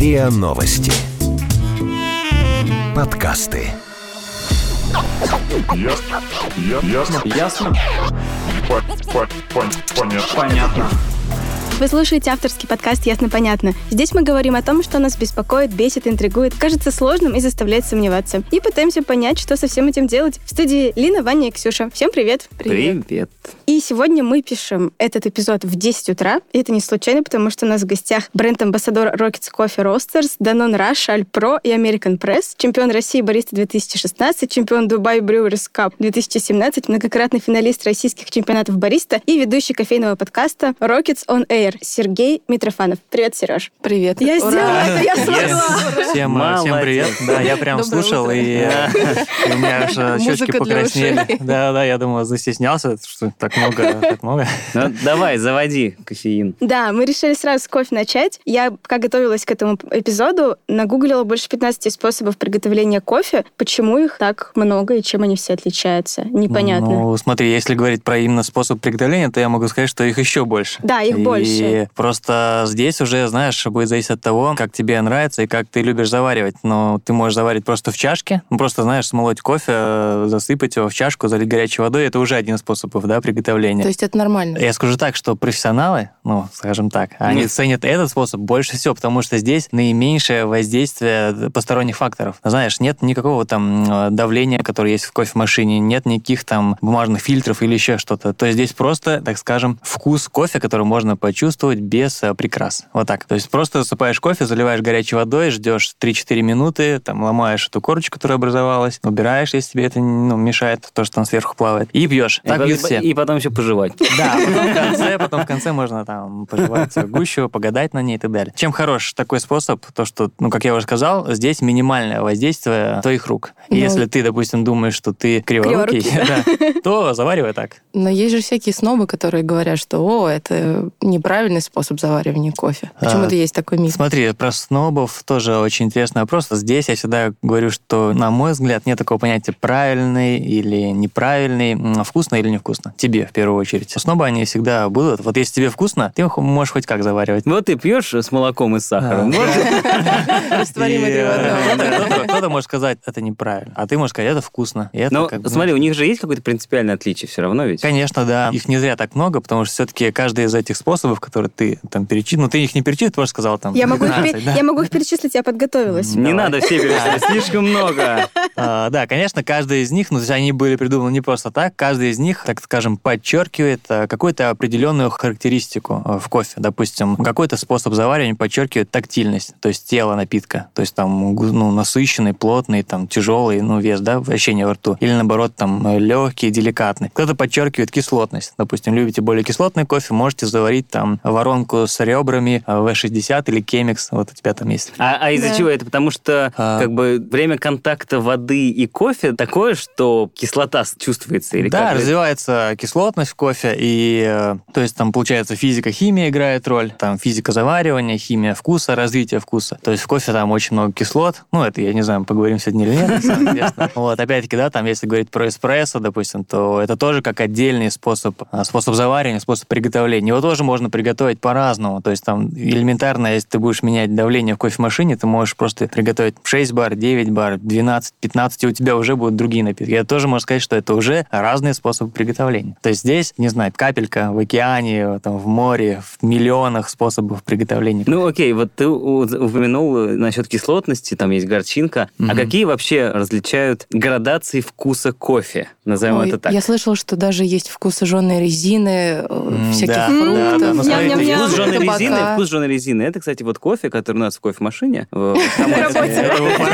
РИА Новости. Подкасты. Ясно? Понятно. Вы слушаете авторский подкаст «Ясно-понятно». Здесь мы говорим о том, что нас беспокоит, бесит, интригует, кажется сложным и заставляет сомневаться. И пытаемся понять, что со всем этим делать. В студии Лина, Ваня и Ксюша. Всем привет! Привет! И сегодня мы пишем этот эпизод в 10 утра. И это не случайно, потому что у нас в гостях бренд-амбассадор Rockets Coffee Roasters, Danone Rush, Alpro и American Press, чемпион России бариста 2016, чемпион Dubai Brewers Cup 2017, многократный финалист российских чемпионатов бариста и ведущий кофейного подкаста Rockets on Air Сергей Митрофанов. Привет, Сереж. Привет. Я сделала это, я смогла. Всем привет. Да, я прям Доброе слушал, утро. и у меня аж щечки Музыка для покраснели. ушей. Да, я думал, застеснялся, что так много. Ну, давай, заводи кофеин. Да, мы решили сразу с кофе начать. Я, пока готовилась к этому эпизоду, нагуглила больше 15 способов приготовления кофе. Почему их так много и чем они все отличаются? Непонятно. Ну, смотри, если говорить про именно способ приготовления, то я могу сказать, что их еще больше. Да, их больше. И просто здесь уже, знаешь, будет зависеть от того, как тебе нравится и как ты любишь заваривать. Но ты можешь заварить просто в чашке, просто, знаешь, смолоть кофе, засыпать его в чашку, залить горячей водой. Это уже один из способов, да, приготовления. То есть это нормально? Я скажу так, что профессионалы, скажем так, они ценят этот способ больше всего, потому что здесь наименьшее воздействие посторонних факторов. Знаешь, нет никакого там давления, которое есть в кофемашине, нет никаких там бумажных фильтров или еще что-то. То есть здесь просто, так скажем, вкус кофе, который можно почувствовать без прикрас. Вот так. То есть просто засыпаешь кофе, заливаешь горячей водой, ждешь 3-4 минуты, там ломаешь эту корочку, которая образовалась, убираешь, если тебе это мешает, то, что там сверху плавает, и пьешь. Так пьют все. И потом еще пожевать. Да, потом в конце можно там пожевать гущу, погадать на ней и так далее. Чем хорош такой способ, то что, как я уже сказал, здесь минимальное воздействие твоих рук. И если ты, допустим, думаешь, что ты криворукий, то заваривай так. Но есть же всякие снобы, которые говорят, что это неправильный способ заваривания кофе. Почему-то есть такой миф. Смотри, про снобов тоже очень интересный вопрос. Здесь я всегда говорю, что, на мой взгляд, нет такого понятия правильный или неправильный, вкусно или невкусно. Тебе, в первую очередь. Снобы, они всегда будут. Вот если тебе вкусно, ты можешь хоть как заваривать. Вот ты пьешь с молоком и с сахаром. Растворимый водой. Кто-то может сказать, это неправильно. А ты можешь сказать, это вкусно. Но смотри, у них же есть какое-то принципиальное отличие все равно ведь? Конечно, да. Их не зря так много, потому что все-таки каждый из этих способов, которые ты там перечислил, ты их не перечислил, ты просто сказал там Я могу 15, да? я могу их перечислить, я подготовилась. Не надо все перечислять, слишком много. Да, конечно, каждый из них, то есть они были придуманы не просто так, каждый из них, так скажем, подчеркивает какую-то определенную характеристику в кофе. Допустим, какой-то способ заваривания подчеркивает тактильность, то есть тело напитка, то есть там насыщенный, плотный, там тяжелый, вес, да, ощущение во рту, или наоборот там легкий, деликатный. Кто-то подчеркивает кислотность. Допустим, любите более кислотный кофе, можете заварить там воронку с ребрами V60 или Chemex, вот у тебя там есть. А из-за чего это? Потому что время контакта воды и кофе такое, что кислота чувствуется? Или да, как? развивается кислотность в кофе, и то есть там получается физика, химия играет роль, там физика заваривания, химия вкуса, развитие вкуса. То есть в кофе там очень много кислот, это я не знаю, поговорим сегодня или нет, соответственно. Вот, опять-таки, да, там если говорить про эспрессо, допустим, то это тоже как отдельный способ заваривания, способ приготовления. Его тоже можно приготовить по-разному. То есть там элементарно, если ты будешь менять давление в кофемашине, ты можешь просто приготовить 6 бар, 9 бар, 12, 15, и у тебя уже будут другие напитки. Это тоже можно сказать, что это уже разные способы приготовления. То есть здесь, не знаю, капелька в океане, там, в море, в миллионах способов приготовления. Окей, вот ты упомянул насчет кислотности, там есть горчинка. А какие вообще различают градации вкуса кофе? Назовем это так. Я слышала, что даже есть вкус жженой резины, всяких да, фруктов. да. Ням-ням-ням. Вкус жженой резины. Это, кстати, вот кофе, который у нас в кофемашине. На работе.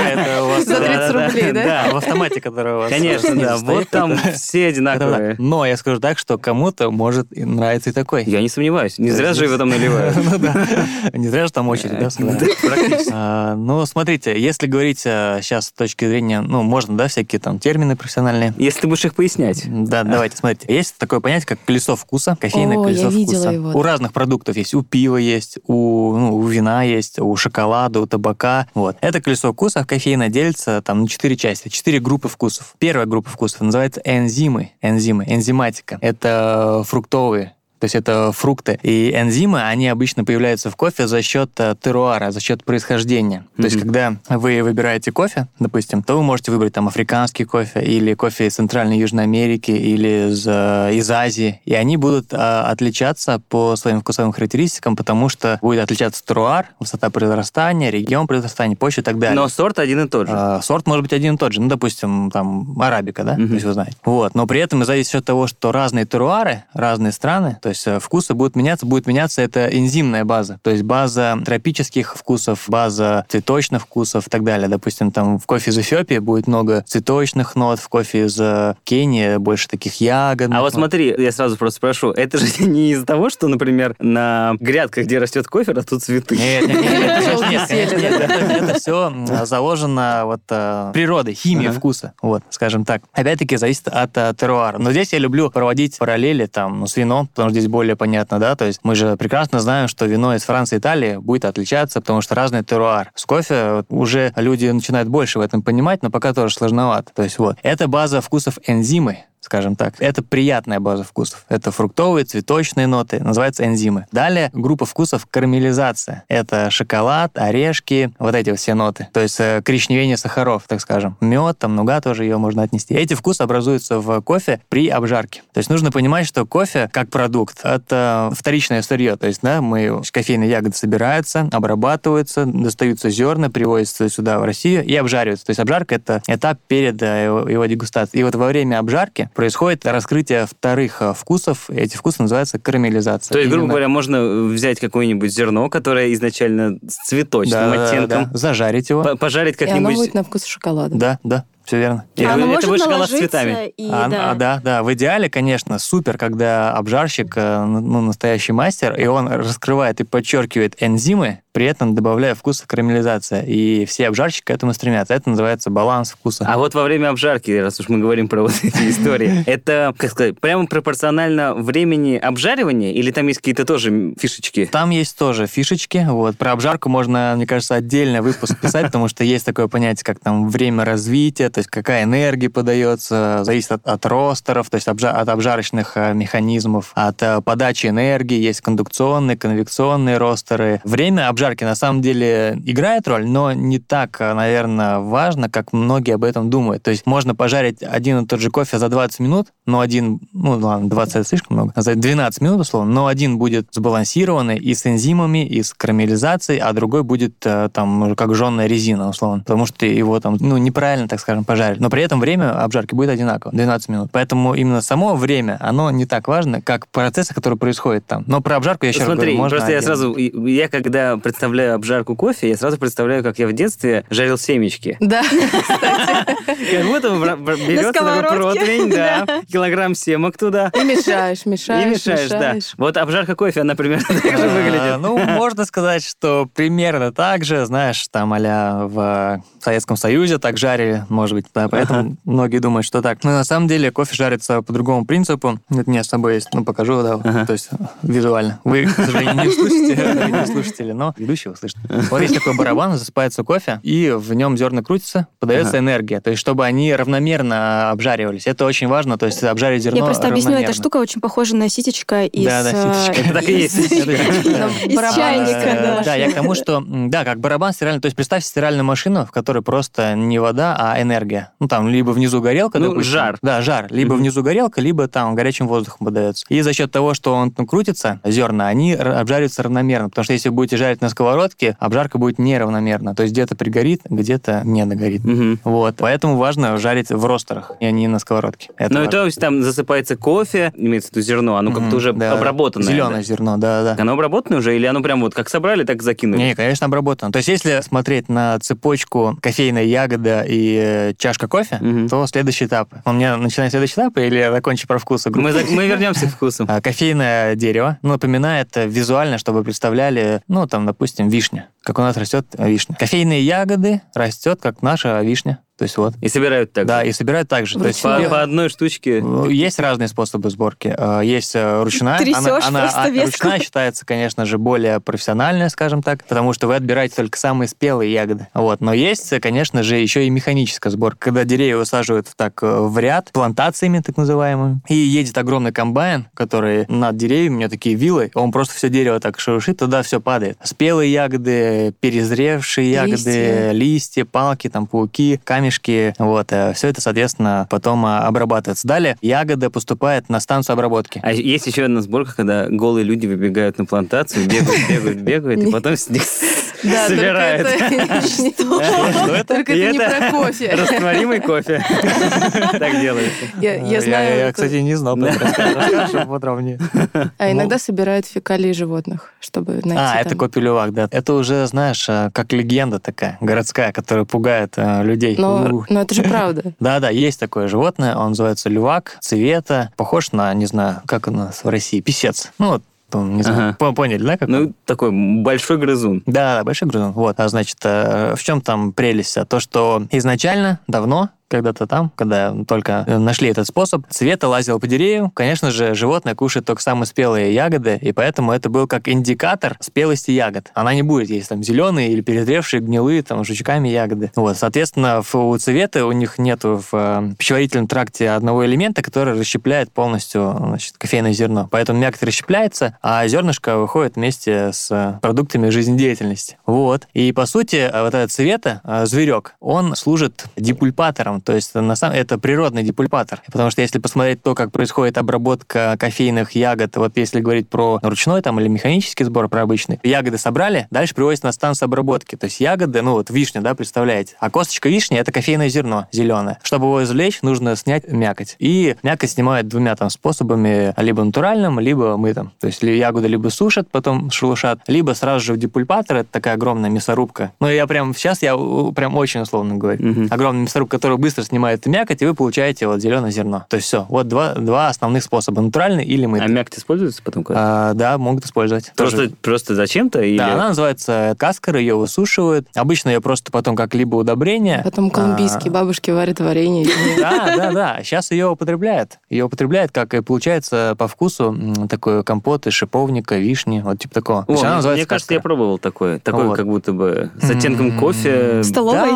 За 30 рублей, да? Да, в автомате, который у вас. Конечно, да. Вот там все одинаковые. Но я скажу так, что кому-то может и нравится и такой. Я не сомневаюсь. Не зря же его там наливают. Не зря же там очередь, да? Практически. Смотрите, если говорить сейчас с точки зрения, можно, да, всякие там термины профессиональные. Если ты будешь их пояснять. Да, давайте, смотрите. Есть такое понятие, как колесо вкуса, кофейное колесо я вкуса. видела его. У разных продуктов есть. У пива есть, у вина есть, у шоколада, у табака. Вот. Это колесо вкуса кофейное делится там на 4 части, 4 группы вкусов. Первая группа вкусов называется энзимы, энзиматика. Это фруктовые То есть это фрукты. И энзимы, они обычно появляются в кофе за счет теруара, за счет происхождения. То есть когда вы выбираете кофе, допустим, то вы можете выбрать там африканский кофе или кофе из Центральной и Южной Америки или из Азии. И они будут отличаться по своим вкусовым характеристикам, потому что будет отличаться теруар, высота произрастания, регион произрастания, почва и так далее. Но сорт один и тот же. Сорт может быть один и тот же. Ну, допустим, там арабика, да, если вы знаете. Вот. Но при этом зависит от того, что разные теруары, разные страны, то есть вкусы будут меняться это энзимная база. То есть база тропических вкусов, база цветочных вкусов и так далее. Допустим, там в кофе из Эфиопии будет много цветочных нот, в кофе из Кении больше таких ягодных. А вот смотри, я сразу просто спрошу, это же не из-за того, что, например, на грядках, где растет кофе, растут цветы? Нет, это все заложено вот природой, химией вкуса, вот, скажем так. Опять-таки зависит от теруара. Но здесь я люблю проводить параллели там, с вином, потому что здесь более понятно, да, то есть мы же прекрасно знаем, что вино из Франции и Италии будет отличаться, потому что разный теруар. С кофе уже люди начинают больше в этом понимать, но пока тоже сложновато. То есть вот, это база вкусов энзимы, скажем так. Это приятная база вкусов. Это фруктовые, цветочные ноты, называются энзимы. Далее группа вкусов карамелизация. Это шоколад, орешки, вот эти все ноты. То есть коричневение сахаров, так скажем. Мед, там, нуга тоже ее можно отнести. Эти вкусы образуются в кофе при обжарке. То есть нужно понимать, что кофе как продукт — это вторичное сырье. То есть, да, кофейные ягоды собираются, обрабатываются, достаются зерна, привозятся сюда, в Россию, и обжариваются. То есть обжарка — это этап перед его дегустацией. И вот во время обжарки происходит раскрытие вторых вкусов. Эти вкусы называются карамелизация. То есть, грубо говоря, можно взять какое-нибудь зерно, которое изначально с цветочным оттенком. Да. Зажарить его. Пожарить как-нибудь. И оно будет на вкус шоколада. Да. Все верно. Оно может будет шоколад с наложиться цветами. Да. В идеале, конечно, супер, когда обжарщик, настоящий мастер, и он раскрывает и подчеркивает энзимы, при этом добавляя вкус карамелизация. И все обжарщики к этому стремятся. Это называется баланс вкуса. А вот во время обжарки, раз уж мы говорим про вот эти истории, это, как сказать, прямо пропорционально времени обжаривания, или там есть какие-то тоже фишечки? Там есть тоже фишечки. Вот. Про обжарку можно, мне кажется, отдельный выпуск писать, потому что есть такое понятие, как там время развития, то есть какая энергия подается, зависит от ростеров, то есть от обжарочных механизмов, от подачи энергии, есть кондукционные, конвекционные ростеры. Время обжарки на самом деле играет роль, но не так, наверное, важно, как многие об этом думают. То есть можно пожарить один и тот же кофе за 20 минут, но один, 20 это слишком много, за 12 минут, условно, но один будет сбалансированный и с энзимами, и с карамелизацией, а другой будет там как жженая резина, условно, потому что его там, неправильно, так скажем, пожарили. Но при этом время обжарки будет одинаково, 12 минут. Поэтому именно само время, оно не так важно, как процессы, которые происходят там. Но про обжарку я еще раз говорю, можно просто я когда представляю обжарку кофе, я сразу представляю, как я в детстве жарил семечки. Да, кстати. Как будто берется такой противень, да, килограмм семок туда. И мешаешь. Да. Вот обжарка кофе, она примерно так же выглядит. Можно сказать, что примерно так же, знаешь, там а-ля в Советском Союзе так жарили, может быть, да, поэтому многие думают, что так. Но на самом деле кофе жарится по другому принципу. Это у меня с собой есть, покажу, да, то есть визуально. Вы, к сожалению, не слушатели, но ведущий услышит. Вот есть такой барабан, засыпается кофе, и в нем зерна крутятся, подается энергия, то есть чтобы они равномерно обжаривались. Это очень важно, то есть обжарить зерно равномерно. Я просто объясню, эта штука очень похожа на ситечко из... Да, ситечко. Это так и есть. Из чайника. Да, я к тому, что, да, как барабан стиральный, то есть представьте стиральную машину, в которой просто не вода, а энергия. Там либо внизу горелка, допустим. Жар. Да, жар. Либо внизу горелка, либо там горячим воздухом подается. И за счет того, что он крутится, зерна, они обжариваются равномерно, потому что если вы будете жарить на сковородке, обжарка будет неравномерна. То есть где-то пригорит, где-то не догорит. Вот. Поэтому важно жарить в ростерах, а не на сковородке. Ну и то есть там засыпается кофе, имеется в виду зерно, оно как-то уже обработанное. Зеленое зерно, да. Оно обработанное уже, или оно прям вот как собрали, так закинули? Не, конечно, обработано. То есть если смотреть на цепочку кофейная ягода и чашка кофе, то следующий этап. У меня начинается следующий этап, или я закончу про вкусы? Мы вернемся к вкусу. Кофейное дерево напоминает визуально, чтобы вы представляли, допустим, вишня. как у нас растет вишня. Кофейные ягоды растет, как наша вишня. То есть вот. И собирают так же? Да, и собирают так же. То есть по одной штучке? Есть разные способы сборки. Есть ручная. Трясешь просто ветку. Ручная считается, конечно же, более профессиональная, скажем так, потому что вы отбираете только самые спелые ягоды. Вот. Но есть, конечно же, еще и механическая сборка, когда деревья высаживают так в ряд, плантациями так называемыми, и едет огромный комбайн, который над деревьями, у него такие вилы, он просто все дерево так шуршит, туда все падает. Спелые ягоды, перезревшие ягоды, листья, палки, там, пауки, камешки. Вот, все это, соответственно, потом обрабатывается. Далее ягода поступает на станцию обработки. А есть еще одна сборка, когда голые люди выбегают на плантацию, бегают, и потом с них собирают. Только это не про кофе. Растворимый кофе. Так делается. Я, кстати, не знал. Расскажи подробнее. А иногда собирают фекалии животных, чтобы найти. Это кофе-лювак, да. Это уже, знаешь, как легенда такая городская, которая пугает людей. Но это же правда. Да, есть такое животное, он называется лювак, цвета, похож на, не знаю, как у нас в России, писец. Ну, вот, не знаю, поняли, да? Как такой большой грызун. Да, большой грызун. Вот, значит, в чем там прелесть? То, что изначально, давно, когда-то там, когда только нашли этот способ, Цвета лазила по деревьям. Конечно же, животное кушает только самые спелые ягоды, и поэтому это был как индикатор спелости ягод. Она не будет есть там зеленые или перезревшие, гнилые, там, жучками ягоды. Вот, соответственно, у Цветы у них нету в пищеварительном тракте одного элемента, который расщепляет полностью, значит, кофейное зерно. Поэтому мякоть расщепляется, а зернышко выходит вместе с продуктами жизнедеятельности. Вот. И, по сути, вот этот Цвета, зверек, он служит депульпатором. То есть это природный депульпатор. Потому что если посмотреть то, как происходит обработка кофейных ягод, вот если говорить про ручной там, или механический сбор, про обычный, ягоды собрали, дальше привозят на станцию обработки. То есть ягоды, вот вишня, да, представляете. А косточка вишни — это кофейное зерно зеленое. Чтобы его извлечь, нужно снять мякоть. И мякоть снимают двумя там способами, либо натуральным, либо мытым. То есть ягоды либо сушат, потом шелушат, либо сразу же в депульпатор, это такая огромная мясорубка. Я прям очень условно говорю. Огромная мясорубка, которая быстро снимает мякоть, и вы получаете вот зеленое зерно. То есть все. Вот два основных способа. Натуральный или мытый. А мякоть используется потом? Да, могут использовать. Просто зачем-то? Или... Да, она называется каскара, ее высушивают. Обычно ее просто потом как либо удобрение. Потом колумбийские бабушки варят варенье. Да. Сейчас ее употребляют. Ее употребляют, как и получается по вкусу такой компот из шиповника, вишни, вот типа такого. Мне кажется, я пробовал такой как будто бы с оттенком кофе. Столовый?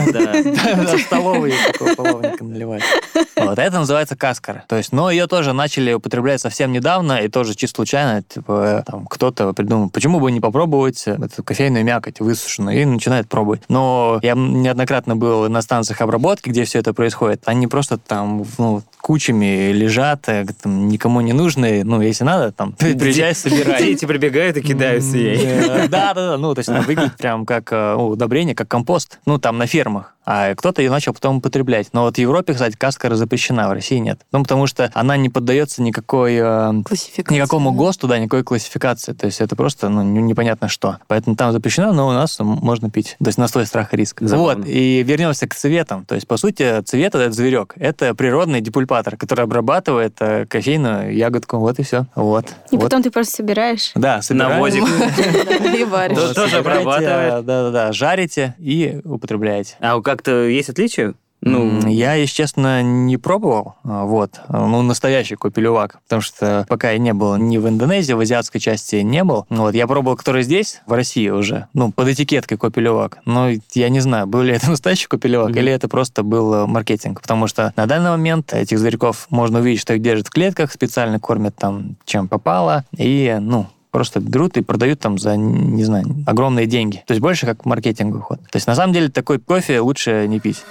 Да, столовый такого половника наливать. Вот, это называется каскара. То есть, но ее тоже начали употреблять совсем недавно, и тоже чисто случайно, там, кто-то придумал, почему бы не попробовать эту кофейную мякоть высушенную, и начинает пробовать. Но я неоднократно был на станциях обработки, где все это происходит. Они просто там, кучами лежат, там, никому не нужны. Если надо, там, приезжай, собирай. Дети прибегают и кидаются ей. Да. То есть она выглядит прям как удобрение, как компост. Там на фермах. А кто-то ее начал потом употреблять. Но вот в Европе, кстати, каскара запрещена, в России нет. Потому что она не поддается никакому ГОСТу, никакой классификации. То есть это просто непонятно что. Поэтому там запрещено, но у нас можно пить. То есть на свой страх и риск. Забавно. Вот. И вернемся к цветам. То есть, по сути, цвет — это зверек. Это природный депульпатор, который обрабатывает кофейную ягодку. Вот и все. Вот. И потом ты просто собираешь. Да, собираем. Навозик. И варишь. Тоже обрабатывает. Да, жарите и употребляете. А как-то есть отличия? Я, если честно, не пробовал. Настоящий кофе-лювак. Потому что пока я не был ни в Индонезии, в азиатской части не был. Я пробовал, который здесь, в России уже, под этикеткой кофе-лювак. Но я не знаю, был ли это настоящий кофе-лювак или это просто был маркетинг. Потому что на данный момент этих зверьков можно увидеть, что их держат в клетках, специально кормят там, чем попало. И, просто берут и продают там за, не знаю, огромные деньги. То есть больше как маркетинговый ход. То есть на самом деле такой кофе лучше не пить.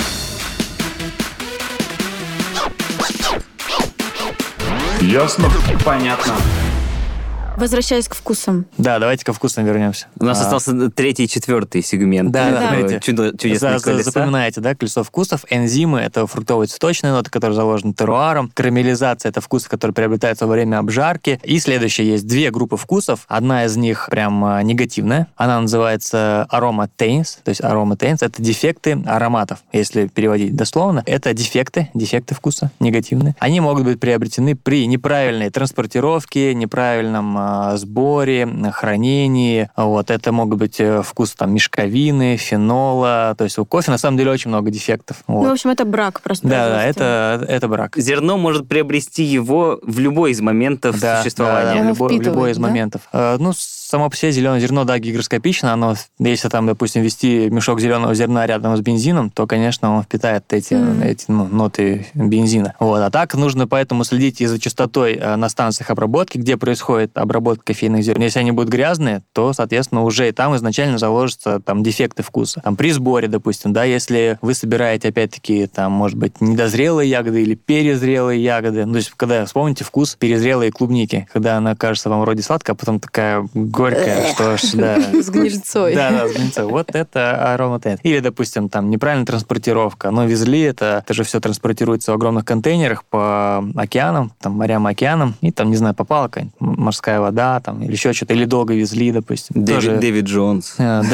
Ясно? Понятно. Возвращаясь к вкусам. Да, давайте ко вкусам вернемся. У нас остался 3-й и 4-й сегмент. Да. Чудесное колесо. Запоминаете, да, колесо вкусов. Энзимы — это фруктовые цветочные ноты, которые заложены теруаром. Карамелизация — это вкусы, которые приобретаются во время обжарки. И следующее, есть 2 группы вкусов. Одна из них прям негативная. Она называется aromathanes. То есть aromathanes — это дефекты ароматов. Если переводить дословно, это дефекты вкуса, негативные. Они могут быть приобретены при неправильной транспортировке, неправильном сборе, хранении. Вот. Это могут быть вкус там мешковины, фенола. То есть у кофе на самом деле очень много дефектов. Вот. Ну, в общем, это брак просто. Да, это брак. Зерно может приобрести его в любой из моментов существования. Да, в любой из моментов. Ну, само по себе зеленое зерно, да, гигроскопично. Оно, если там, допустим, ввести мешок зеленого зерна рядом с бензином, то, конечно, он впитает эти ноты бензина. Вот. А так нужно поэтому следить и за частотой на станциях обработки, где происходит обработка кофейных зерен. Если они будут грязные, то, соответственно, уже и там изначально заложатся там дефекты вкуса. Там при сборе, допустим, да, если вы собираете, опять-таки, там, может быть, недозрелые ягоды или перезрелые ягоды. Ну, то есть, когда, вспомните вкус перезрелой клубники, когда она кажется вам вроде сладкая, а потом такая горькая, что ж, да. С гнильцой. Да, с гнильцой. Вот это ароматент. Или, допустим, там, неправильная транспортировка. Но везли это же все транспортируется в огромных контейнерах по океанам, там, морям, океанам, и там, не знаю, попала какая-нибудь морская вода, там, или еще что-то, или долго везли, допустим. Дэвид Джонс. Да.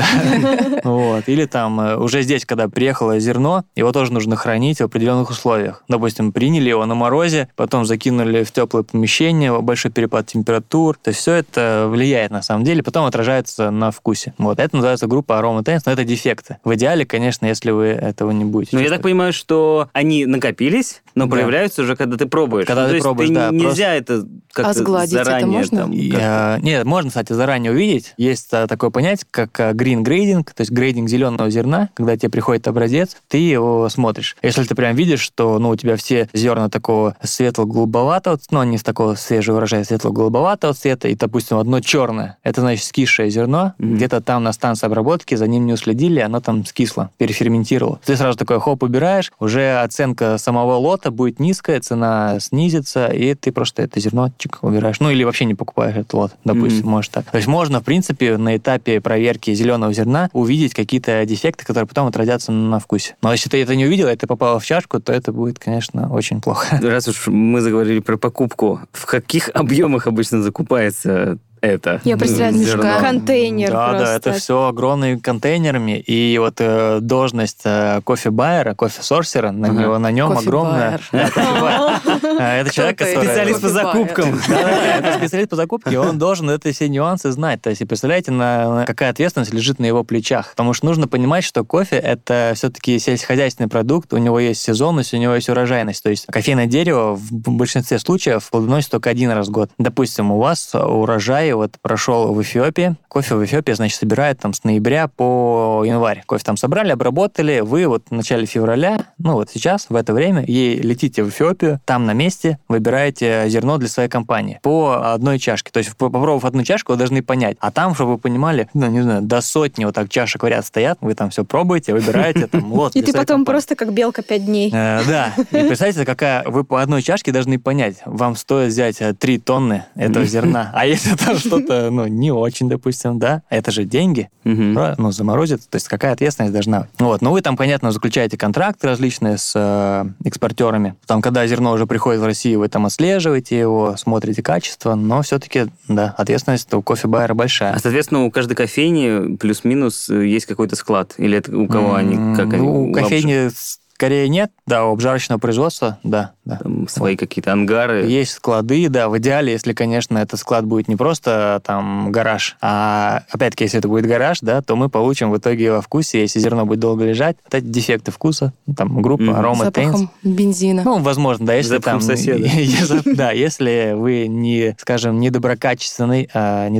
Вот. Или там уже здесь, когда приехало зерно, его тоже нужно хранить в определенных условиях. Допустим, приняли его на морозе, потом закинули в теплое помещение, большой перепад температур. То есть все это влияет на самом деле, потом отражается на вкусе. Вот. Это называется группа ароматенс, но это дефекты. В идеале, конечно, если вы этого не будете. Но я так понимаю, что они накопились, но проявляются уже, когда ты пробуешь. Когда ты пробуешь, да. Нельзя это как-то сгладить заранее. это можно? Нет, можно, кстати, заранее увидеть. Есть такое понятие, как green grading, то есть грейдинг зеленого зерна. Когда тебе приходит образец, ты его смотришь. Если ты прям видишь, что у тебя все зерна такого светло-голубоватого, не с такого свежего урожая, светло-голубоватого цвета, и, допустим, одно черное, это значит скисшее зерно. Где-то там на станции обработки за ним не уследили, оно там скисло, переферментировало. Ты сразу такой хоп убираешь, уже оценка самого лота будет низкая, цена снизится, и ты просто это зерно убираешь. Ну, или вообще не покупаешь этот лот, допустим, может так. То есть можно, в принципе, на этапе проверки зеленого зерна увидеть какие-то дефекты, которые потом отразятся на вкусе. Но если ты это не увидел, и ты попал в чашку, то это будет, конечно, очень плохо. Раз уж мы заговорили про покупку, в каких объемах обычно закупается это? Я представляю, зерно? Контейнер просто. Да, это все огромными контейнерами. И вот должность кофе-байера, кофе-сорсера, на нем огромная... Это человек, который... Специалист по закупкам. Это специалист по закупке, он должен это все нюансы знать. То есть, представляете, какая ответственность лежит на его плечах. Потому что нужно понимать, что кофе — это все-таки сельскохозяйственный продукт, у него есть сезонность, у него есть урожайность. То есть кофейное дерево в большинстве случаев плодоносит только один раз в год. Допустим, у вас урожай прошел в Эфиопии. Кофе в Эфиопии, значит, собирают там с ноября по январь. Кофе там собрали, обработали. Вы в начале февраля, сейчас, в это время, летите в Эфиопию, там на месте выбираете зерно для своей компании по одной чашке. То есть, попробовав одну чашку, вы должны понять. А там, чтобы вы понимали, до сотни вот так чашек в ряд стоят, вы там все пробуете, выбираете там лот. И ты потом просто как белка 5 дней. Да. И представьте, какая вы по одной чашке должны понять. Вам стоит взять 3 тонны этого зерна. А если там что-то, не очень, допустим, да, это же деньги, заморозит, то есть какая ответственность должна быть. Вот, вы там, понятно, заключаете контракты различные с экспортерами. Там, когда зерно уже приходит в Россию, вы там отслеживаете его, смотрите качество, но все-таки, да, ответственность у кофе-байера большая. А, соответственно, у каждой кофейни плюс-минус есть какой-то склад? Или это у кого они? Как они? У кофейни скорее нет, да, у обжарочного производства, да. Там свои какие-то ангары. Есть склады, да, в идеале, если, конечно, этот склад будет не просто там гараж, а, опять-таки, если это будет гараж, да, то мы получим в итоге во вкусе, если зерно будет долго лежать, вот эти дефекты вкуса, там, группа, арома, тенс. Запахом бензина. Возможно, да, если запахом там... соседа. Да, если вы не, скажем, недоброкачественная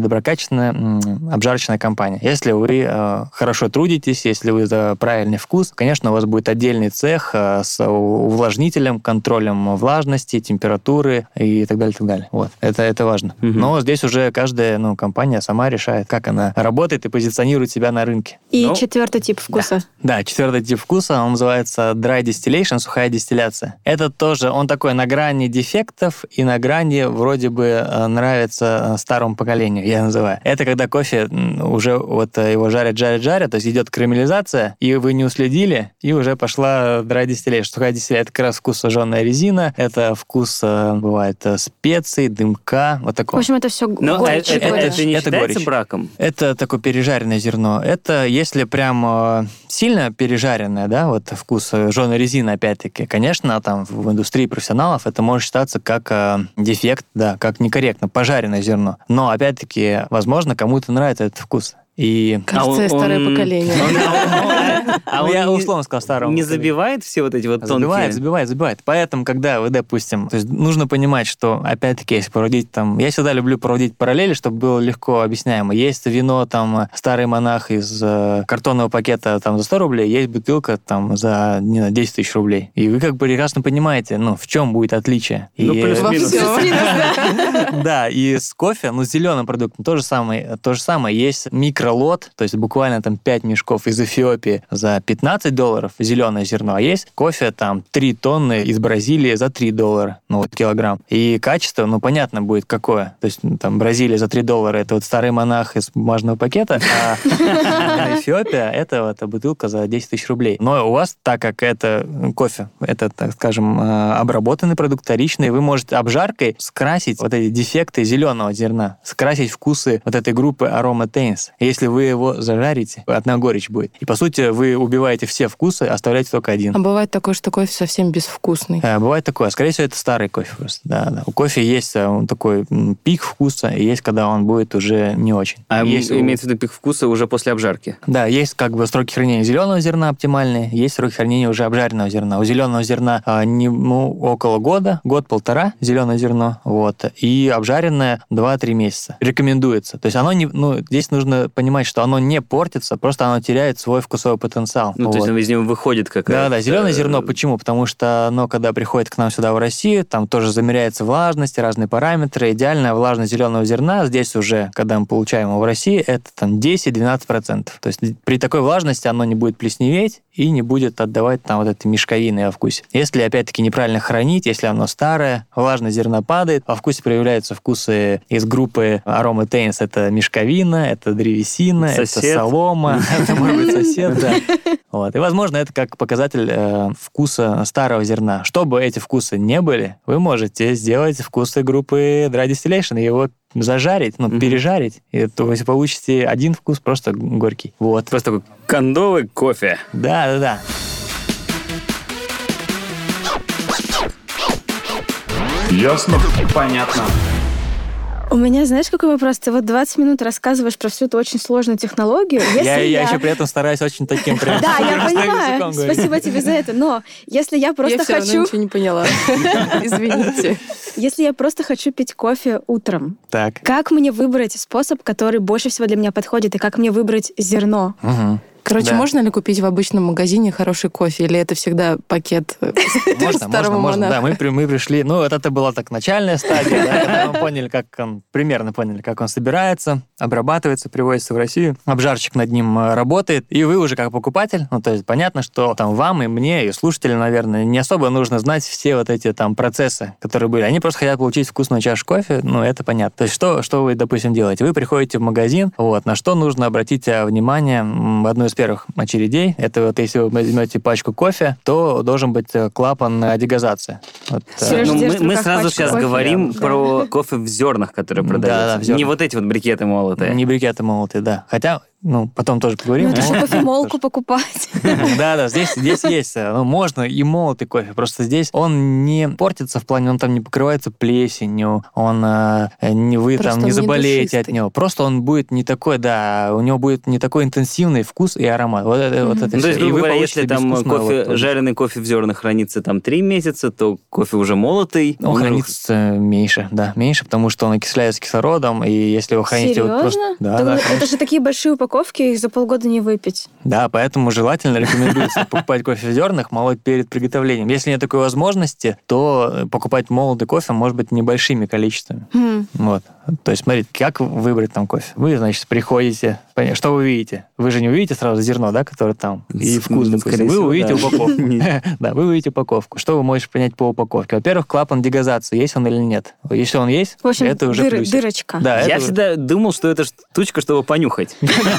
обжарочная компания. Если вы хорошо трудитесь, если вы за правильный вкус, конечно, у вас будет отдельный цех с увлажнителем, контролем влажности, температуры и так далее, так далее. Вот. Это важно. Но здесь уже каждая компания сама решает, как она работает и позиционирует себя на рынке. И 4-й тип вкуса. Да, 4-й тип вкуса, он называется dry distillation, сухая дистилляция. Это тоже, он такой на грани дефектов и на грани вроде бы нравится старому поколению, я называю. Это когда кофе уже его жарят, то есть идет карамелизация, и вы не уследили, и уже пошла dry distillation. Сухая дистилляция — это как раз вкус сожженная резина, это вкус, бывает, специй, дымка, вот В такого. общем, это все Но горечь. это не это считается горечь. браком? Это такое пережаренное зерно. Это если прям сильно пережаренное, да, вот вкус жженой резины, опять-таки, конечно, там в индустрии профессионалов это может считаться как дефект, да, как некорректно, пожаренное зерно. Но, опять-таки, возможно, кому-то нравится этот вкус. И... Кажется, я старое поколение. Я условно сказал старого. Не забивает все вот эти вот тонкие? Забивает. Поэтому, когда вы, допустим, то есть нужно понимать, что, опять-таки, если проводить там... Я всегда люблю проводить параллели, чтобы было легко объясняемо. Есть вино, там, старый монах из картонного пакета там за 100 рублей, есть бутылка там за, не знаю, 10 тысяч рублей. И вы как бы прекрасно понимаете, в чем будет отличие. Ну, И- плюс-минус. Да, и с кофе, с зеленым продуктом то же самое. Есть микролот, то есть буквально там 5 мешков из Эфиопии за $15 зеленое зерно, а есть кофе там 3 тонны из Бразилии за $3, килограмм. И качество, понятно будет какое. То есть там Бразилия за $3 это вот старый монах из бумажного пакета, а Эфиопия это бутылка за 10 тысяч рублей. Но у вас, так как это кофе, это, так скажем, обработанный продукт, вторичный, вы можете обжаркой скрасить вот эти дефекты зеленого зерна, скрасить вкусы вот этой группы aromatase. Если вы его зажарите, одна горечь будет. И, по сути, вы убиваете все вкусы, оставляете только один. А бывает такое, что кофе совсем безвкусный. Бывает такое. Скорее всего, это старый кофе просто. Да. У кофе есть такой пик вкуса, и есть, когда он будет уже не очень. А есть имеется в виду пик вкуса уже после обжарки? Да, есть как бы сроки хранения зеленого зерна оптимальные, есть сроки хранения уже обжаренного зерна. У зеленого зерна около года, год-полтора зеленое зерно, и обжаренное 2-3 месяца. Рекомендуется. То есть оно не, здесь нужно понимать, что оно не портится, просто оно теряет свой вкусовой потенциал. То есть из него выходит какая-то... Да, зеленое зерно. Почему? Потому что оно, когда приходит к нам сюда в Россию, там тоже замеряется влажность, разные параметры. Идеальная влажность зеленого зерна здесь уже, когда мы получаем его в России, это там 10-12%. То есть при такой влажности оно не будет плесневеть и не будет отдавать там вот этой мешковины во вкусе. Если, опять-таки, неправильно хранить, если оно старое, влажность зерна падает, во вкусе проявляются вкусы из группы aromatase. Это мешковина, это древесина, это солома, это может быть сосед, да. И, возможно, это как показатель вкуса старого зерна. Чтобы эти вкусы не были, вы можете сделать вкусы группы Dry Distillation и его зажарить, пережарить, и то вы получите один вкус просто горький. Просто такой кондовый кофе. Да. Ясно? Понятно. У меня, знаешь, какой вопрос? Ты 20 минут рассказываешь про всю эту очень сложную технологию. Я еще при этом стараюсь очень таким прям... Да, я понимаю. Спасибо тебе за это. Но если я просто Я все равно хочу... ничего не поняла. Извините. Если я просто хочу пить кофе утром, Так. как мне выбрать способ, который больше всего для меня подходит, и как мне выбрать зерно? Короче, Да. можно ли купить в обычном магазине хороший кофе, или это всегда пакет старого Можно. Да, монаха? мы пришли... это была так начальная стадия, да, когда мы поняли, примерно поняли, как он собирается, обрабатывается, привозится в Россию. Обжарщик над ним работает, и вы уже как покупатель, то есть понятно, что там вам и мне, и слушателям, наверное, не особо нужно знать все вот эти там процессы, которые были. Они просто хотят получить вкусную чашу кофе, это понятно. То есть что вы, допустим, делаете? Вы приходите в магазин, на что нужно обратить внимание в одной из первых очередей. Это если вы возьмете пачку кофе, то должен быть клапан дегазации. Мы сразу сейчас говорим про кофе в зернах, которые продаются. в зернах. Не вот эти брикеты молотые. Не брикеты молотые, да. Хотя, потом тоже поговорим. Это же кофемолку покупать. Да, здесь есть. Можно и молотый кофе. Просто здесь он не портится в плане, он там не покрывается плесенью, вы там не заболеете от него. Просто он будет не такой, у него будет не такой интенсивный вкус и аромат. Вот это То все. есть, грубо говоря, если там жареный кофе в зернах хранится там 3 месяца, то кофе уже молотый. Он хранится меньше, потому что он окисляется кислородом, и если вы храните... Серьезно? Это же такие большие упаковки, их за полгода не выпить. Да, поэтому желательно рекомендуется покупать кофе в зернах, молоть перед приготовлением. Если нет такой возможности, то покупать молотый кофе может быть небольшими количествами. То есть, смотрите, как выбрать там кофе? Вы, значит, приходите, что вы видите? Вы же не увидите сразу зерно, да, которое там, и вкус, допустим. Вы увидите упаковку. Да, вы увидите упаковку. Что вы можете понять по упаковке? Во-первых, клапан дегазации, есть он или нет. Если он есть, В общем, это уже плюсик. дырочка. Да, Я всегда думал, что это штучка, чтобы понюхать.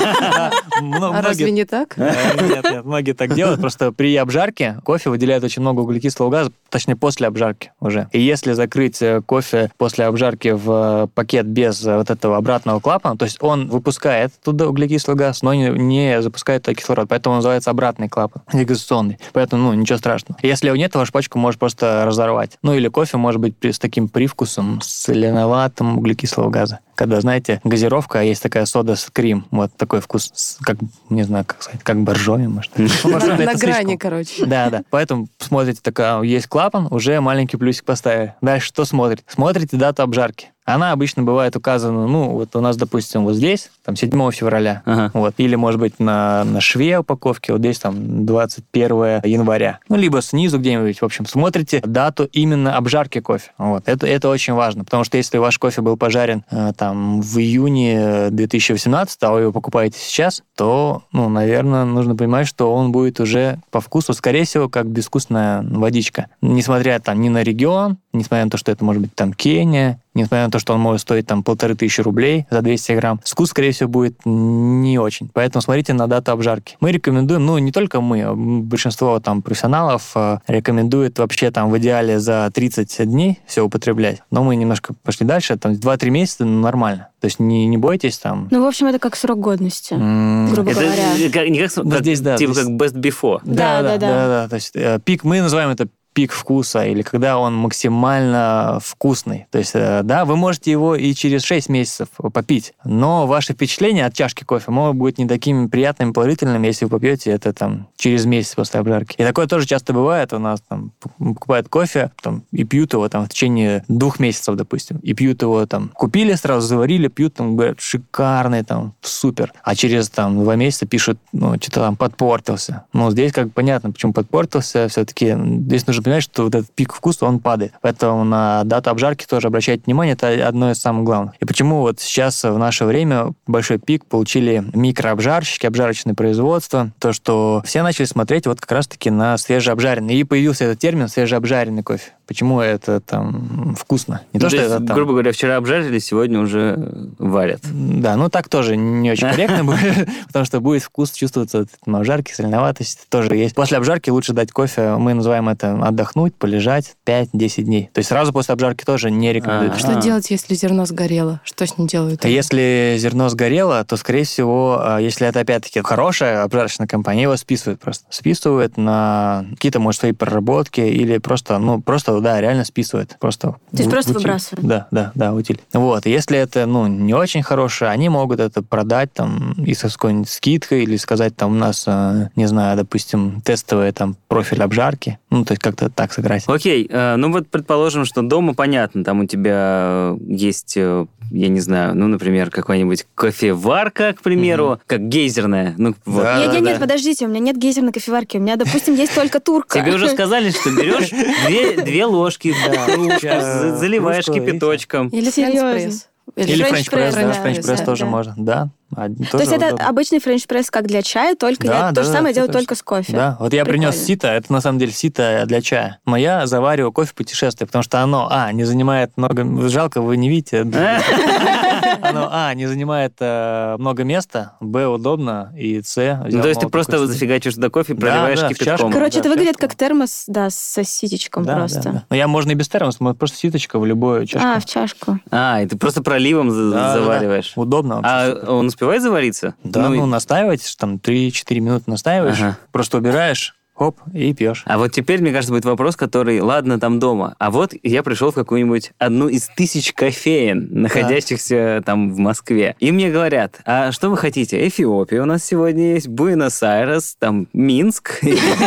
А разве не так? Нет, многие так делают. Просто при обжарке кофе выделяет очень много углекислого газа, точнее, после обжарки уже. И если закрыть кофе после обжарки в пакет без вот этого обратного клапана, то есть он выпускает туда углекислый газ, но не запускает туда кислород, поэтому он называется обратный клапан, дегазационный. Поэтому, ничего страшного. Если его нет, вашу пачку может просто разорвать. Или кофе может быть с таким привкусом, соленоватым углекислого газа. Когда, знаете, газировка, есть такая сода с крем, вот такой вкус, как, не знаю, как сказать, как боржоми, может. На грани, короче. Да. Поэтому смотрите, такая, есть клапан, уже маленький плюсик поставили. Дальше что смотрите? Смотрите дату обжарки. Она обычно бывает указана, вот у нас, допустим, вот здесь, там, 7 февраля, вот, или, может быть, на шве упаковки, вот здесь, там, 21 января. Либо снизу где-нибудь, в общем, смотрите дату именно обжарки кофе. Вот, это очень важно, потому что если ваш кофе был пожарен, там, в июне 2018, а вы его покупаете сейчас, то, наверное, нужно понимать, что он будет уже по вкусу, скорее всего, как безвкусная водичка. Несмотря там ни на регион, несмотря на то, что это может быть там Кения, несмотря на то, что он может стоить там 1500 рублей за 200 грамм, вкус, скорее всего, будет не очень. Поэтому смотрите на дату обжарки. Мы рекомендуем, не только мы, а большинство там профессионалов рекомендуют вообще там в идеале за 30 дней все употреблять. Но мы немножко пошли дальше, там 2-3 месяца нормально. То есть не бойтесь там. В общем, это как срок годности, грубо говоря. Не как здесь, да, типа как best before. Да. То есть пик, мы называем это пик вкуса, или когда он максимально вкусный. То есть, да, вы можете его и через 6 месяцев попить, но ваши впечатления от чашки кофе могут быть не такими приятными, положительными, если вы попьете это там через месяц после обжарки. И такое тоже часто бывает. У нас там покупают кофе там, и пьют его там в течение 2 месяцев, допустим. И пьют его там, купили сразу, заварили, пьют, там, говорят, шикарный, там, супер. А через там 2 месяца пишут, что-то там подпортился. Здесь как бы понятно, почему подпортился. Все-таки здесь нужно понимать, что вот этот пик вкуса, он падает. Поэтому на дату обжарки тоже обращайте внимание, это одно из самых главных. И почему вот сейчас в наше время большой пик получили микрообжарщики, обжарочное производство, то, что все начали смотреть вот как раз-таки на свежеобжаренный. И появился этот термин свежеобжаренный кофе. Почему это там вкусно? Не то, что это там... Грубо говоря, вчера обжарили, сегодня уже варят. Да, так тоже не очень корректно будет, потому что будет вкус чувствоваться на обжарке, соленоватость тоже есть. После обжарки лучше дать кофе, мы называем это отдохнуть, полежать 5-10 дней. То есть сразу после обжарки тоже не рекомендуют. Что делать, если зерно сгорело? Что с ним делают? Если зерно сгорело, то, скорее всего, если это, опять-таки, хорошая обжарочная компания, его списывают просто. Списывают на какие-то, может, свои проработки или просто, реально списывают. Просто то есть просто выбрасывают? Да, утиль. Вот. И если это, не очень хорошее, они могут это продать там и с какой-нибудь скидкой или сказать, там, у нас, не знаю, допустим, тестовый там профиль обжарки. То есть как-то так сыграть. Окей, предположим, что дома понятно, там у тебя есть, я не знаю, например, какая-нибудь кофеварка, к примеру, как гейзерная. Нет, подождите, у меня нет гейзерной кофеварки, у меня, допустим, есть только турка. Тебе уже сказали, что берешь 2 ложки, заливаешь кипяточком. Или френч-пресс. Или френч-пресс, да, френч-пресс тоже можно, да. То есть это обычный френч-пресс, как для чая, только я то же самое делаю только с кофе. Да, вот я принес сито, это на самом деле сито для чая. Но я завариваю кофе в путешествии, потому что оно, не занимает много... Жалко, вы не видите. Оно, не занимает много места, б, удобно, и с... То есть ты просто зафигачишь туда кофе, проливаешь кипятком. Короче, это выглядит как термос, с ситечком просто. Да. Но я можно и без термоса, просто ситочка в любую чашку. В чашку. И ты просто проливом завариваешь. Удобно вообще. А он успевает завариться? Да, настаивать, там 3-4 минуты настаиваешь, просто убираешь, хоп, и пьешь. А вот теперь, мне кажется, будет вопрос, который, ладно, там дома, а вот я пришел в какую-нибудь одну из 1000 кофеен, находящихся там в Москве, и мне говорят, а что вы хотите? Эфиопия у нас сегодня есть, Буэнос-Айрес, там Минск.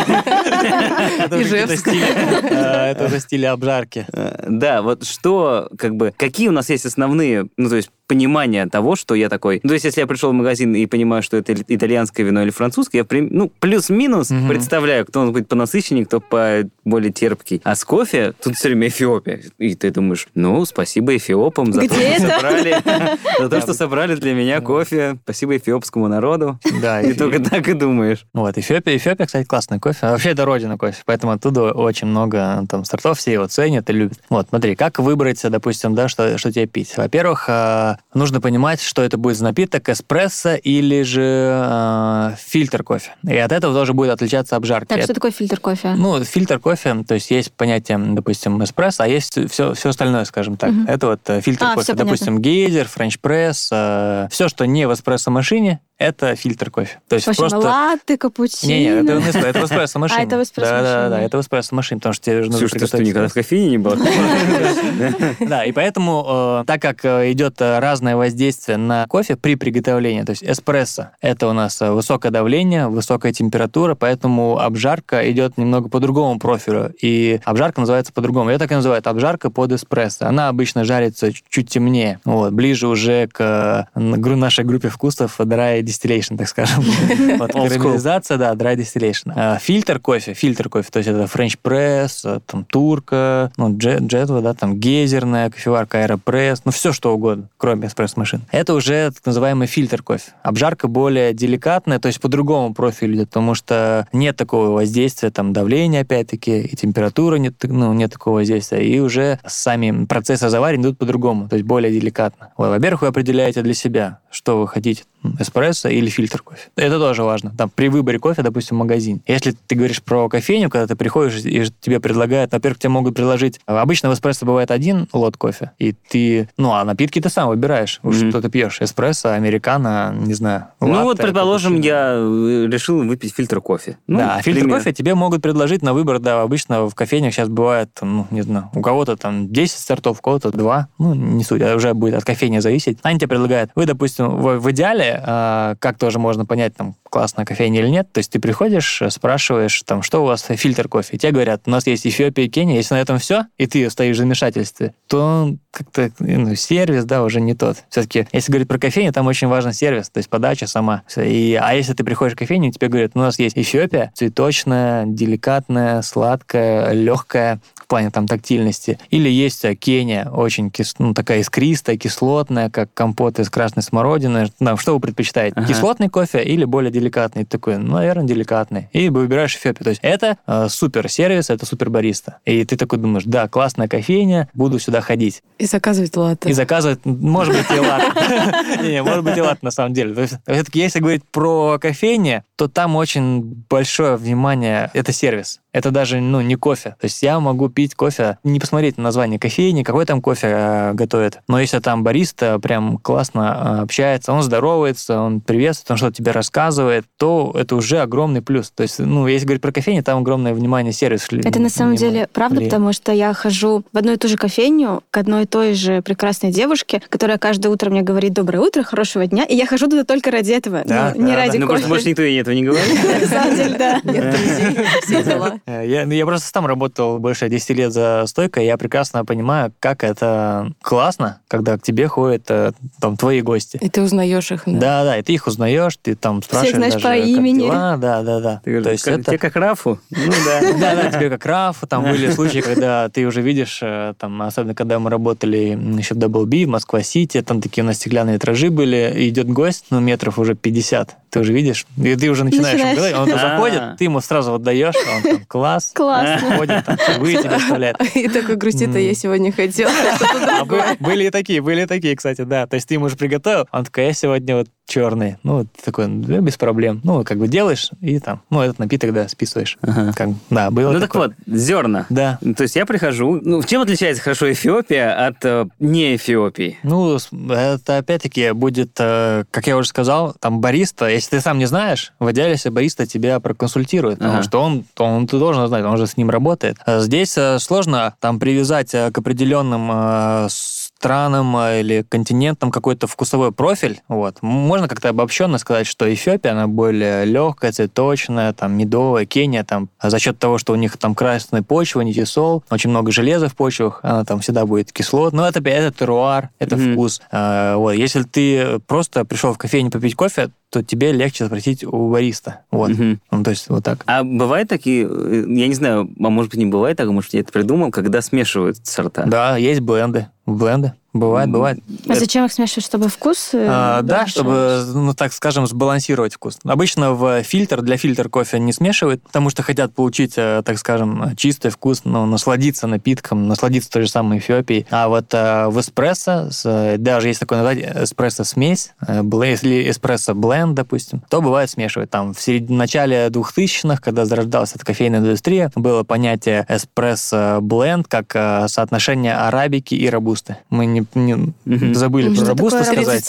Ижевск. Это уже стиль обжарки. Да, вот что, какие у нас есть основные, то есть понимание того, что я такой... То есть, если я пришел в магазин и понимаю, что это итальянское вино или французское, я плюс-минус представляю, выбираю, кто он будет понасыщеннее, кто по более терпкий. А с кофе тут все время Эфиопия. И ты думаешь, ну, спасибо эфиопам за то, что собрали. За то, что собрали для меня кофе. Спасибо эфиопскому народу. Да, и только так и думаешь. Вот, Эфиопия, кстати, классный кофе. Вообще, это родина кофе, поэтому оттуда очень много там сортов, все его ценят и любят. Вот, смотри, как выбрать, допустим, да, что тебе пить? Во-первых, нужно понимать, что это будет за напиток, эспрессо или же фильтр кофе. И от этого тоже будет отличаться обжарка. Так, что такое фильтр кофе? Ну, фильтр кофе, то есть есть понятие, допустим, эспрессо, а есть все остальное, скажем так. Это вот фильтр кофе. Допустим, гейзер, френч-пресс, все, что не в эспрессо-машине, это фильтр кофе. То есть просто... латте, капучино. Не, это в эспрессо-машине. А, это в эспрессо-машине. Да, это в эспрессо-машине, потому что тебе нужно приготовить. Слушай, ты никогда в кофейне не был? Да, и поэтому, так как идет разное воздействие на кофе при приготовлении, то есть эспрессо, это у нас высокое давление, высокая температура, поэтому обжарка идет немного по другому профилю, и обжарка называется по-другому. Ее так и называют обжарка под эспрессо. Она обычно жарится чуть темнее, вот, ближе уже к нашей группе вкусов dry distillation, так скажем. Карамелизация, да, dry distillation. Фильтр кофе, то есть это French press, там турка, джетва, да, там гейзерная кофеварка, аэропресс, все что угодно, кроме эспрессо-машин. Это уже так называемый фильтр кофе. Обжарка более деликатная, то есть по другому профилю идет, потому что нет такого воздействия, там давления, опять-таки, и температура нет такого воздействия, и уже сами процессы заваривания идут по-другому, то есть более деликатно. Вот, во-первых, вы определяете для себя, что вы хотите, эспрессо или фильтр кофе. Это тоже важно. Там, при выборе кофе, допустим, в магазине. Если ты говоришь про кофейню, когда ты приходишь и тебе предлагают, во-первых, тебе могут предложить... Обычно в эспрессо бывает один лот кофе, и ты... а напитки ты сам выбираешь, что ты пьешь. Эспрессо, американо, не знаю, латте, предположим, я решил выпить фильтр кофе. Да, фильтр кофе тебе могут предложить на выбор, да, обычно в кофейнях сейчас бывает, не знаю, у кого-то там 10 сортов, у кого-то 2, не суть, уже будет от кофейни зависеть. Они тебе предлагают, вы, допустим, в идеале, как тоже можно понять, там, классная кофейня или нет, то есть ты приходишь, спрашиваешь, там, что у вас фильтр кофе, и тебе говорят, у нас есть Эфиопия и Кения, если на этом все, и ты стоишь в замешательстве, то как-то сервис, да, уже не тот. Все-таки, если говорить про кофейню, там очень важен сервис, то есть подача сама. А если ты приходишь в кофейню, тебе говорят, у нас есть Эфиопия, цветочная, деликатная, сладкая, легкая, в плане там тактильности. Или есть Кения, очень такая искристая, кислотная, как компот из красной смородины. Что вы предпочитаете? Кислотный кофе или более деликатный? Ты такой, наверное, деликатный. И выбираешь Эфиопию. То есть это супер сервис, это супер бариста. И ты такой думаешь, да, классная кофейня, буду сюда ходить. И заказывать латте. И заказывать, может быть, и латте. Не, может быть, и латте на самом деле. Все-таки, если говорить про кофейни, то там очень большое внимание, это сервис. Это даже, не кофе. То есть я могу пить кофе, не посмотреть на название кофейни, какой там кофе готовит. Но если там бариста прям классно общается, он здоровается, он приветствует, он что-то тебе рассказывает, то это уже огромный плюс. То есть, если говорить про кофейню, там огромное внимание сервис. Это на самом деле правда, потому что я хожу в одну и ту же кофейню к одной и той же прекрасной девушке, которая каждое утро мне говорит «доброе утро, хорошего дня», и я хожу туда только ради этого, не ради кофе. Просто больше никто и этого не говорит. На самом деле, да. Нет друзей, все дела. Я просто там работал больше 10 лет за стойкой, я прекрасно понимаю, как это классно, когда к тебе ходят там твои гости. И ты узнаешь их, да? Да, и ты их узнаешь, ты там спрашиваешь знаешь даже, по имени. Как дела. Да. То есть тебе как Рафу? Да, тебе как Рафу. Там были случаи, когда ты уже видишь, там, особенно когда мы работали еще в Double B, в Москва-Сити, там такие у нас стеклянные витражи были, и идет гость, метров уже 50, ты уже видишь, и ты уже начинаешь ему говорить, он заходит, ты ему сразу отдаешь, он там, класс, ходит, там, вы тебе оставляет. И такой грустит, а я сегодня хотел что-то другое. Были такие, кстати, да. То есть ты ему уже приготовил, он такой, я сегодня вот черный. Такой, без проблем. Делаешь, и там, этот напиток, да, списываешь. Да, было так вот, зерна. Да. То есть я прихожу. Чем отличается хорошо Эфиопия от не Эфиопии? Это опять-таки будет, как я уже сказал, там бариста, если ты сам не знаешь, в идеале, если бариста тебя проконсультирует, потому что ты должен знать, он же с ним работает. Здесь сложно там привязать к определенным странам или континентам какой-то вкусовой профиль. Вот. Можно как-то обобщенно сказать, что Эфиопия, она более легкая, цветочная, там, медовая, Кения, там, за счет того, что у них там красная почва, нитисол, очень много железа в почвах, она там всегда будет кислот. Но это теруар, это вкус. Вот. Если ты просто пришел в кофейню попить кофе, то тебе легче спросить у бариста. Вот. Ну, то есть вот так. А бывают такие, я не знаю, а может быть не бывает так, может я это придумал, когда смешивают сорта? Да, есть бленды. Бывает. А зачем их смешивать, чтобы вкус? Да, чтобы, ну так скажем, сбалансировать вкус. Обычно для фильтр кофе не смешивают, потому что хотят получить, так скажем, чистый вкус, ну, насладиться напитком, насладиться той же самой Эфиопией. А вот в эспрессо, даже есть такое название, эспрессо-смесь, если эспрессо-бленд, допустим, то бывает смешивать. Там в начале 2000-х, когда зарождалась эта кофейная индустрия, было понятие эспрессо-бленд как соотношение арабики и робусты. Мы не забыли про робусту сказать.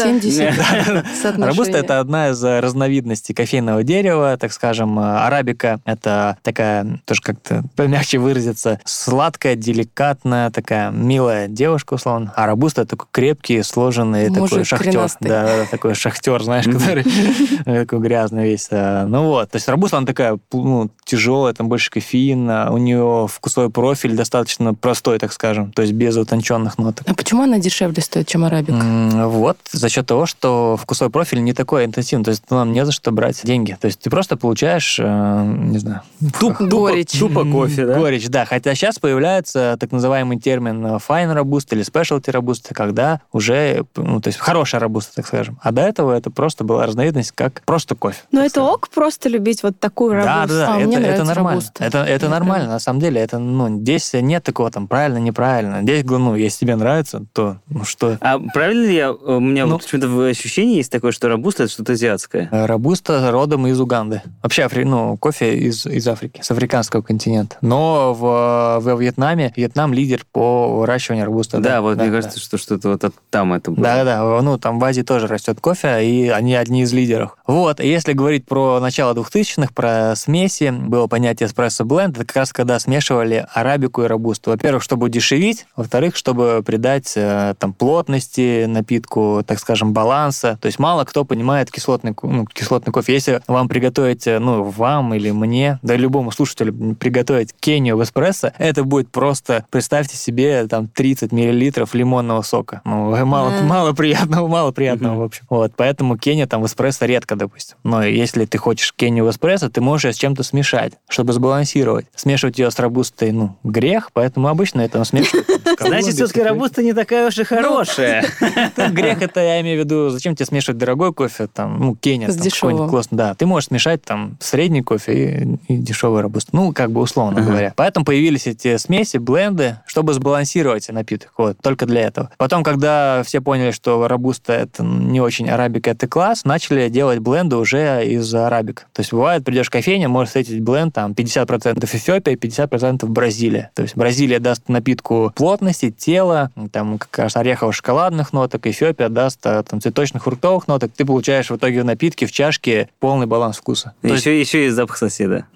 70. Робуста — это одна из разновидностей кофейного дерева, так скажем. Арабика — это такая, тоже как-то помягче выразиться, сладкая, деликатная, такая милая девушка, условно. А робуста — это такой крепкий, сложенный, мужик такой шахтер. коренастый. Да, такой шахтер, знаешь, который такой грязный весь. Ну вот, то есть робуста, она такая тяжелая, там больше кофеина, у нее вкусовой профиль достаточно простой, так скажем, то есть без утонченных ноток. А почему она дешевле стоит, чем арабика? Вот, за счет того, что вкусовой профиль не такой интенсивный, то есть нам не за что брать деньги. То есть ты просто получаешь, не знаю... Горечь. Тупо кофе, да? Горечь, да. Хотя сейчас появляется так называемый термин fine robusta или specialty robusta, когда уже, то есть хорошая робуста, так скажем. А до этого это просто была разновидность как просто кофе. Но это ок просто любить вот такую робусту. Да, мне это нравится нормально. робуста. Это нормально, на самом деле. Это, здесь нет такого там правильно, неправильно. Здесь, если тебе нравится, то что... А правильно ли у меня вот почему-то в ощущении есть такое, что робуста — это что-то азиатское? Робуста родом из Уганды. Вообще, кофе из Африки, с африканского континента. Но во Вьетнаме, Вьетнам лидер по выращиванию робуста. Да, мне кажется, что что-то вот там это было. Да, там в Азии тоже растет кофе, и они одни из лидеров. Вот, и если говорить про начало 2000-х, про смеси, было понятие эспрессо-бленд, это как раз когда смешивали арабику и робусту. Во-первых, чтобы удешевить, во-вторых, чтобы придать там плотности напитку, так скажем, баланса. То есть мало кто понимает кислотный кофе. Если вам приготовить, вам или мне, да любому слушателю приготовить Кению в эспрессо, это будет просто, представьте себе, там 30 миллилитров лимонного сока. Мало приятного, в общем. Вот, поэтому Кения там в эспрессо редко, допустим. Но если ты хочешь Кению в эспрессо, ты можешь ее с чем-то смешать, чтобы сбалансировать. Смешивать ее с робустой, грех, поэтому обычно это смешивают. Значит, все-таки робуста не такая уж и хорошая. Грех это, я имею в виду, зачем тебе смешивать дорогой кофе, Кения, с дешевым. Классный. Да, ты можешь смешать там средний кофе и дешевый робуст. Условно говоря. Поэтому появились эти смеси, бленды, чтобы сбалансировать напиток. Вот, только для этого. Потом, когда все поняли, что робуста это не очень, арабика это класс, начали делать бленды уже из арабик. То есть бывает, придешь в кофейню, можешь встретить бленд, там 50% Эфиопия, 50% Бразилия. То есть Бразилия даст напитку плотности, тела, там как раз орехово-шоколадных ноток, Эфиопия даст там цветочных фруктовых ноток. Ты получаешь в итоге в напитке, в чашке полный баланс вкуса. Еще и запах соседа.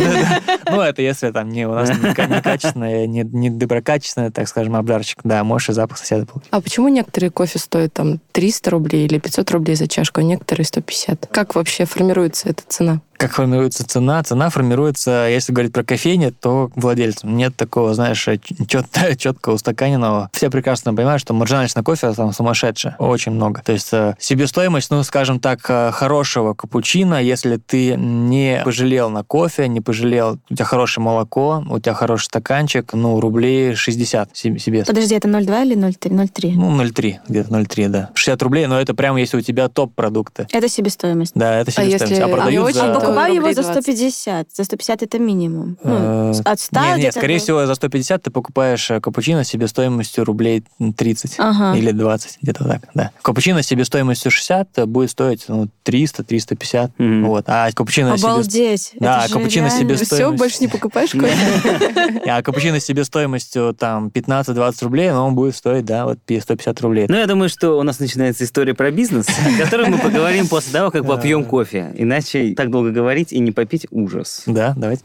Это если там у нас некачественное, не доброкачественное, так скажем, обжарчик. Да, можешь и запах соседа получить. А почему некоторые кофе стоят там 300 рублей или 500 рублей за чашку, а некоторые 150? Как вообще формируется эта цена? Как формируется цена? Цена формируется, если говорить про кофейни, то владельцам. Нет такого, четко устаканенного. Все прекрасно понимают, что маржинальность кофе там сумасшедшая. Очень много. То есть себестоимость, скажем так, хорошего капучино, если ты не пожалел на кофе, не пожалел, у тебя хорошее молоко, у тебя хороший стаканчик, рублей 60 себе. Подожди, это 0,2 или 0,3? 0,3. 0,3, где-то 0,3, да. 60 рублей, но это прям если у тебя топ-продукты. Это себестоимость. Да, это себестоимость. А продают покупаю его за 150. За 150 это минимум. От 100 Нет, скорее всего, за 150 ты покупаешь капучино с себестоимостью рублей 30 или 20, где-то так, да. Капучино с себестоимостью 60 будет стоить 300-350. Вот. А капучино Обалдеть! Да, капучино с себестоимостью... Все, больше не покупаешь кофе? А капучино с себестоимостью там 15-20 рублей, но он будет стоить, 150 рублей. Я думаю, что у нас начинается история про бизнес, о которой мы поговорим после того, как попьем кофе. Иначе так долго говорить и не попить — ужас. Да, давайте.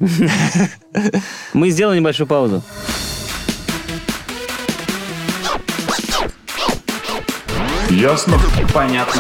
Мы сделаем небольшую паузу. Ясно? Понятно.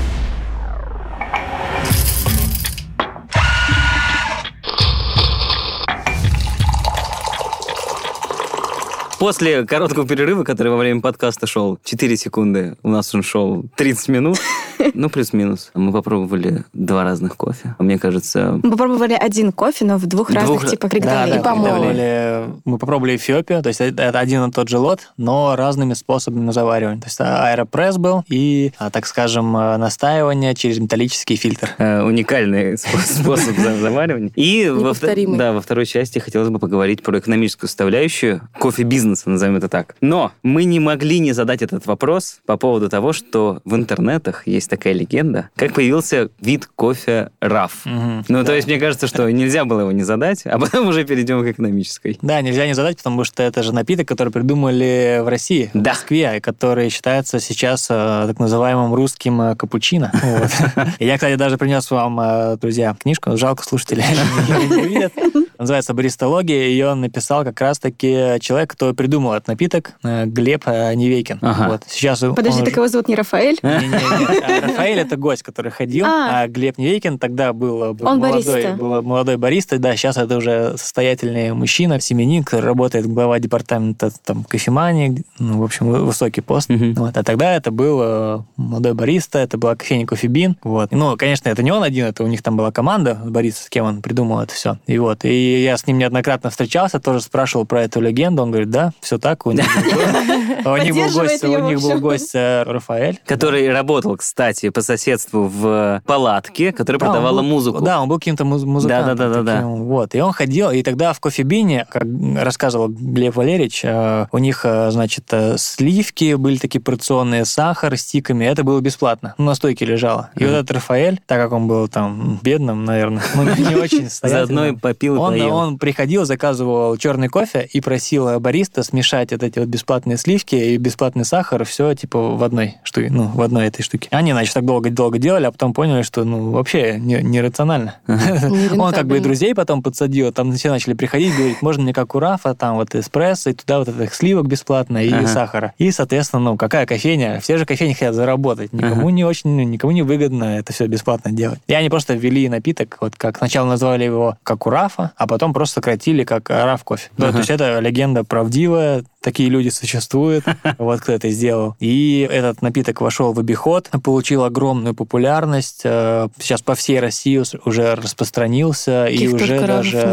После короткого перерыва, который во время подкаста шел 4 секунды, у нас он шел 30 минут, ну, плюс-минус. Мы попробовали 2 разных кофе. Мне кажется... Мы попробовали один кофе, но в 2 разных типах приготовления. Мы попробовали Эфиопию, то есть это один и тот же лот, но разными способами заваривания. То есть аэропресс был и, так скажем, настаивание через металлический фильтр. Уникальный способ заваривания. И во второй части хотелось бы поговорить про экономическую составляющую кофе-бизнеса, назовем это так. Но мы не могли не задать этот вопрос по поводу того, что в интернетах есть такая легенда, как появился вид кофе раф. Ну, то есть, мне кажется, что нельзя было его не задать, а потом уже перейдем к экономической. Да, нельзя не задать, потому что это же напиток, который придумали в России, в Москве, который считается сейчас так называемым русским капучино. Я, кстати, даже принес вам, друзья, книжку, жалко, слушатели не увидят. Называется «Баристология», и он написал как раз-таки человек, кто придумал этот напиток, Глеб Невейкин. Вот. Сейчас подожди, так его зовут не Рафаэль? Не. Рафаэль — это гость, который ходил, а Глеб Невейкин тогда был молодой бариста, да, сейчас это уже состоятельный мужчина, семьянин, который работает глава департамента там, кофемании, в общем, высокий пост. Вот. А тогда это был молодой бариста, это была кофейня «Кофе-бин». Вот. Ну, конечно, это не он один, это у них там была команда бариста, с кем он придумал это все. И я с ним неоднократно встречался, тоже спрашивал про эту легенду, он говорит, да, все так, у них был гость Рафаэль. Который работал, кстати, по соседству в палатке, которая продавала музыку. Да, он был каким-то музыкантом. Да. Вот. И он ходил, и тогда в кофе-бине, как рассказывал Глеб Валерьевич, у них, значит, сливки были такие порционные, сахар с тиками, это было бесплатно. На стойке лежало. И вот этот Рафаэль, так как он был там бедным, наверное, не очень состоятельным. Заодно и попил и поел. Он приходил, заказывал черный кофе и просил бариста смешать вот эти вот бесплатные сливки и бесплатный сахар, все типа в одной штуке, в одной этой штуке. Они, значит, так долго делали, а потом поняли, что, вообще нерационально. Он как бы и друзей потом подсадил, там все начали приходить, говорить, можно мне как у Рафа, там вот эспрессо, и туда вот этих сливок бесплатно, и сахара. И, соответственно, какая кофейня? Все же кофейни хотят заработать. Никому не выгодно это все бесплатно делать. И они просто ввели напиток, вот как сначала назвали его как у Рафа, а потом просто сократили как Раф кофе. То есть это легенда правдивая, такие люди существуют, вот кто это сделал. И этот напиток вошел в обиход, получил огромную популярность, сейчас по всей России уже распространился, и уже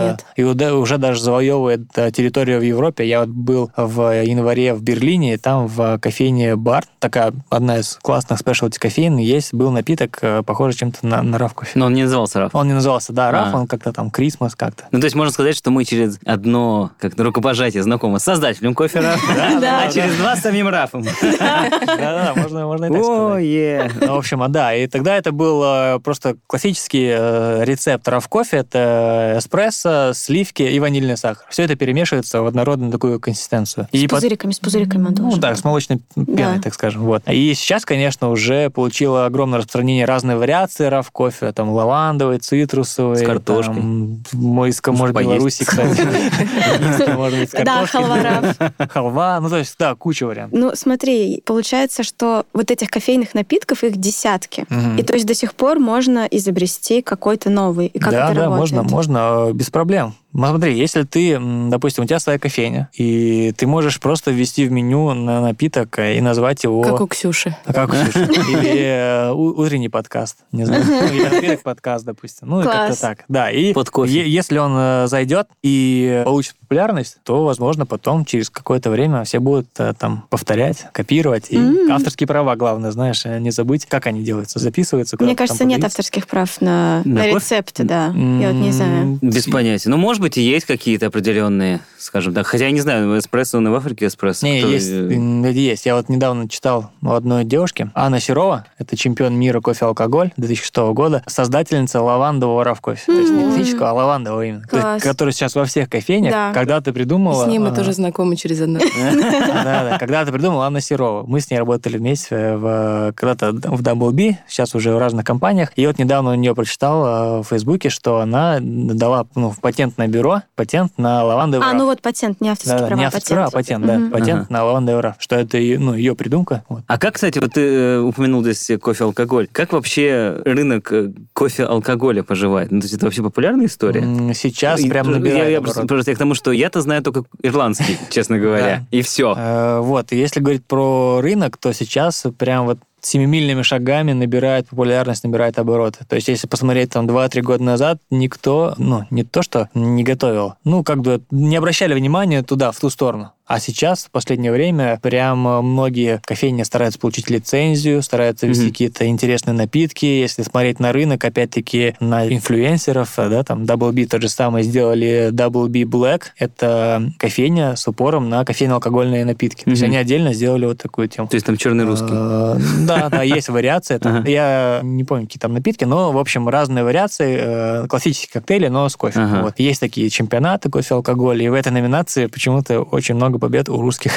даже завоевывает территорию в Европе. Я вот был в январе в Берлине, и там в кофейне «Бар», такая одна из классных спешлти кофеин, был напиток, похожий чем-то на Раф кофе. Но он не назывался Раф. Он не назывался, да, Раф, он как-то там Крисмас как-то. Ну, то есть можно сказать, что мы через одно как-то рукопожатие знакомы с создателем кофе Раф, а через 2 с самим Рафом. Да, можно и так сказать. В общем, да, и тогда это был просто классический рецепт Раф кофе, это эспрессо, сливки и ванильный сахар. Все это перемешивается в однородную такую консистенцию. С пузыриками он должен. Да, с молочной пеной, так скажем. Вот. И сейчас, конечно, уже получило огромное распространение разные вариации Раф кофе, там лавандовый, цитрусовый. С картошкой. Может, Беларуси, кстати. Может быть, с картошкой. Да, халва Раф. Халва, то есть, да, куча вариантов. Ну, смотри, получается, что вот этих кофейных напитков, их десятки. И то есть до сих пор можно изобрести какой-то новый. И как это работает? Да, можно, без проблем. Смотри, если ты, допустим, у тебя своя кофейня, и ты можешь просто ввести в меню на напиток и назвать его... Как у Ксюши. Или утренний подкаст, не знаю. Или напиток подкаст, допустим. Ну, как-то так. Да, и если он зайдет и получит популярность, то, возможно, потом через какое-то время все будут там повторять, копировать. И авторские права, главное, знаешь, не забыть, как они делаются, записываются. Мне кажется, нет авторских прав на рецепты, да. Я вот не знаю. Без понятия. Ну, может быть, и есть какие-то определенные, скажем так. Хотя я не знаю, эспрессо, он и в Африке эспрессо. Не, есть. Я вот недавно читал у одной девушки, Анна Серова, это чемпион мира кофе-алкоголь 2006 года, создательница лавандового Раф кофе. То есть не классического, а лавандового именно. Который сейчас во всех кофейнях. Когда ты придумала... С ним мы тоже знакомы через одно. Да. Когда ты придумала Анна Серова. Мы с ней работали вместе когда-то в Double B, сейчас уже в разных компаниях. И вот недавно у нее прочитал в Фейсбуке, что она дала в патент на патентное бюро, патент на лавандовый раф. Ну вот патент, не авторские права, не авторские права, а патент, да. Патент на лавандовый раф. Что это ее придумка. Вот. А как, кстати, вот ты упомянул здесь кофе-алкоголь. Как вообще рынок кофе-алкоголя поживает? Ну, то есть это вообще популярная история? Сейчас прям набирает Я обороты. просто к тому, что я-то знаю только ирландский, честно говоря. И все. Вот, и если говорить про рынок, то сейчас прям вот семимильными шагами набирает популярность, набирает обороты. То есть, если посмотреть там 2-3 года назад, никто, не то что не готовил, как бы не обращали внимания туда, в ту сторону. А сейчас, в последнее время, прям многие кофейни стараются получить лицензию, стараются вести какие-то интересные напитки. Если смотреть на рынок, опять-таки, на инфлюенсеров, да, там Double B тот же самый сделали Double B Black. Это кофейня с упором на кофейно-алкогольные напитки. То есть они отдельно сделали вот такую тему. То есть там черный русский. Да, есть вариации. Я не помню, какие там напитки, но, в общем, разные вариации. Классические коктейли, но с кофе. Вот. Есть такие чемпионаты кофе-алкоголь, и в этой номинации почему-то очень много побед у русских.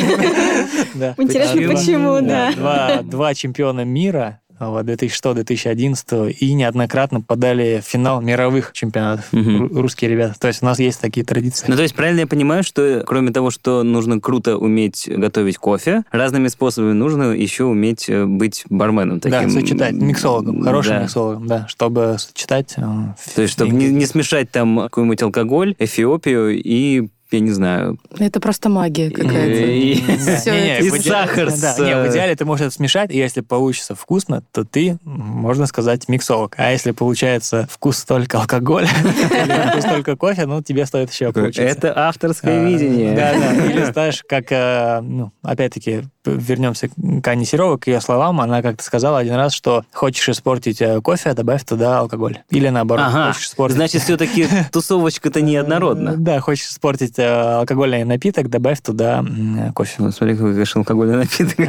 Интересно, почему, да. Два чемпиона мира 2006-2011 и неоднократно подали в финал мировых чемпионатов русские ребята. То есть у нас есть такие традиции. То есть правильно я понимаю, что кроме того, что нужно круто уметь готовить кофе, разными способами нужно еще уметь быть барменом таким. Да, сочетать, миксологом, хорошим миксологом, да, чтобы сочетать. То есть, чтобы не смешать там какой-нибудь алкоголь, Эфиопию и я не знаю. Это просто магия какая-то. И сахар. В идеале ты можешь это смешать, и если получится вкусно, то ты, можно сказать, миксолог. А если получается вкус только алкоголя, или вкус только кофе, тебе стоит еще поучиться. Это авторское видение. Да. Или знаешь, как, опять-таки, вернемся к Ане Серовой, к ее словам, она как-то сказала один раз, что хочешь испортить кофе, добавь туда алкоголь. Или наоборот, хочешь испортить... Значит, все-таки тусовочка-то неоднородна. Да, хочешь испортить алкогольный напиток, добавь туда кофе. Смотри, какой, конечно, алкогольный напиток.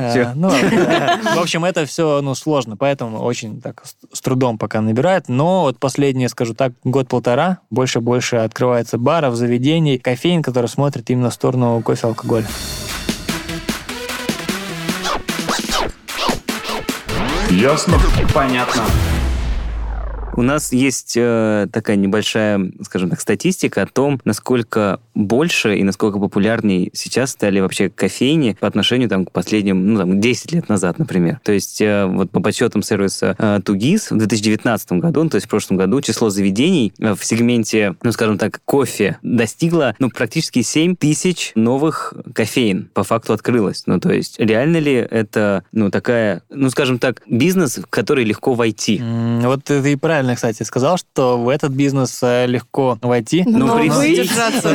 В общем, это все сложно, поэтому очень так с трудом пока набирает. Но вот последние, скажу так, год-полтора больше открывается баров, заведений, кофеин, которые смотрят именно в сторону кофе-алкоголя. Ясно? Понятно. У нас есть такая небольшая, скажем так, статистика о том, насколько больше и насколько популярнее сейчас стали вообще кофейни по отношению к последним, 10 лет назад, например. То есть вот по подсчетам сервиса Тугис в 2019 году, то есть в прошлом году, число заведений в сегменте, скажем так, кофе достигло практически 7 тысяч новых кофеин по факту открылось. То есть реально ли это, такая, скажем так, бизнес, в который легко войти? Вот ты правильно, кстати, сказал, что в этот бизнес легко войти. Выдержаться.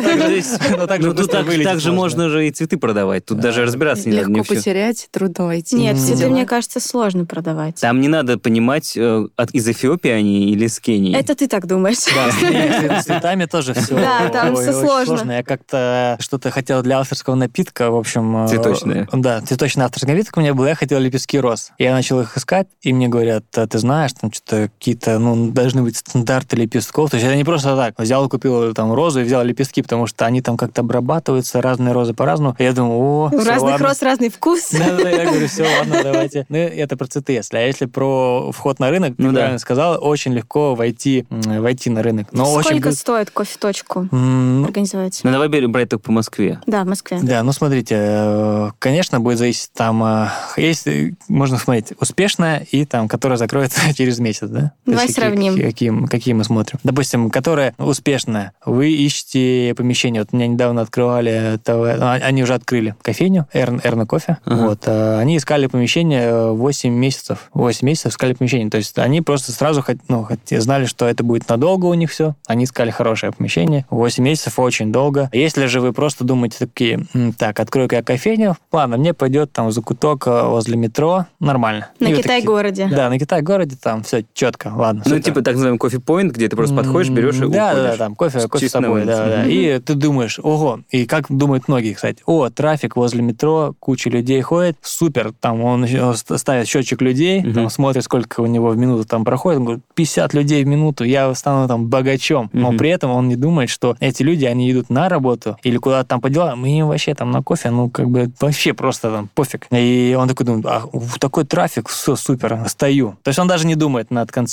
Тут также можно же и цветы продавать. Тут даже разбираться не надо. Легко потерять, трудно войти. Нет, цветы, мне кажется, сложно продавать. Там не надо понимать, из Эфиопии они или с Кении. Это ты так думаешь. Да, с цветами тоже все. Да, там все сложно. Я как-то что-то хотел для авторского напитка, в общем... Цветочное. Да, цветочный авторский напиток у меня был, я хотел лепестки роз. Я начал их искать, и мне говорят, ты знаешь, там что-то какие-то, должны быть стандарты лепестков. То есть это не просто так. Взял, купил там розу и взял лепестки, потому что они там как-то обрабатываются, разные розы по-разному. И я думаю, у разных роз разный вкус. Да, я говорю, все, ладно, давайте. Это про цветы, если. А если про вход на рынок, ты правильно сказал, очень легко войти на рынок. Сколько стоит кофе-точку организовать? Давай брать только по Москве. Да, в Москве. Да, смотрите, конечно, будет зависеть там... Есть, можно смотреть, успешная и там, которая закроется через месяц, да? Давай сравним. Какие мы смотрим. Допустим, которая успешная. Вы ищете помещение. Вот меня недавно открывали, они уже открыли кофейню, Эрна кофе. Вот. Они искали помещение 8 месяцев. 8 месяцев искали помещение. То есть они просто сразу знали, что это будет надолго у них все. Они искали хорошее помещение. 8 месяцев очень долго. Если же вы просто думаете такие, так, открою-ка я кофейню, ладно, мне пойдет там закуток возле метро, нормально. На Китай-городе. Да, на Китай-городе там все четко, ладно. Типа так называемый кофе-поинт, где ты просто подходишь, берешь и уходишь. Да, там кофе с собой, да. И ты думаешь, ого, и как думают многие, кстати, трафик возле метро, куча людей ходит, супер, там он ставит счетчик людей, там смотрит, сколько у него в минуту там проходит, он говорит, 50 людей в минуту, я стану там богачом. Но при этом он не думает, что эти люди, они идут на работу или куда-то там по делам, и им вообще там на кофе, вообще просто там пофиг. И он такой думает, такой трафик, все, супер, стою. То есть он даже не думает над концепцией,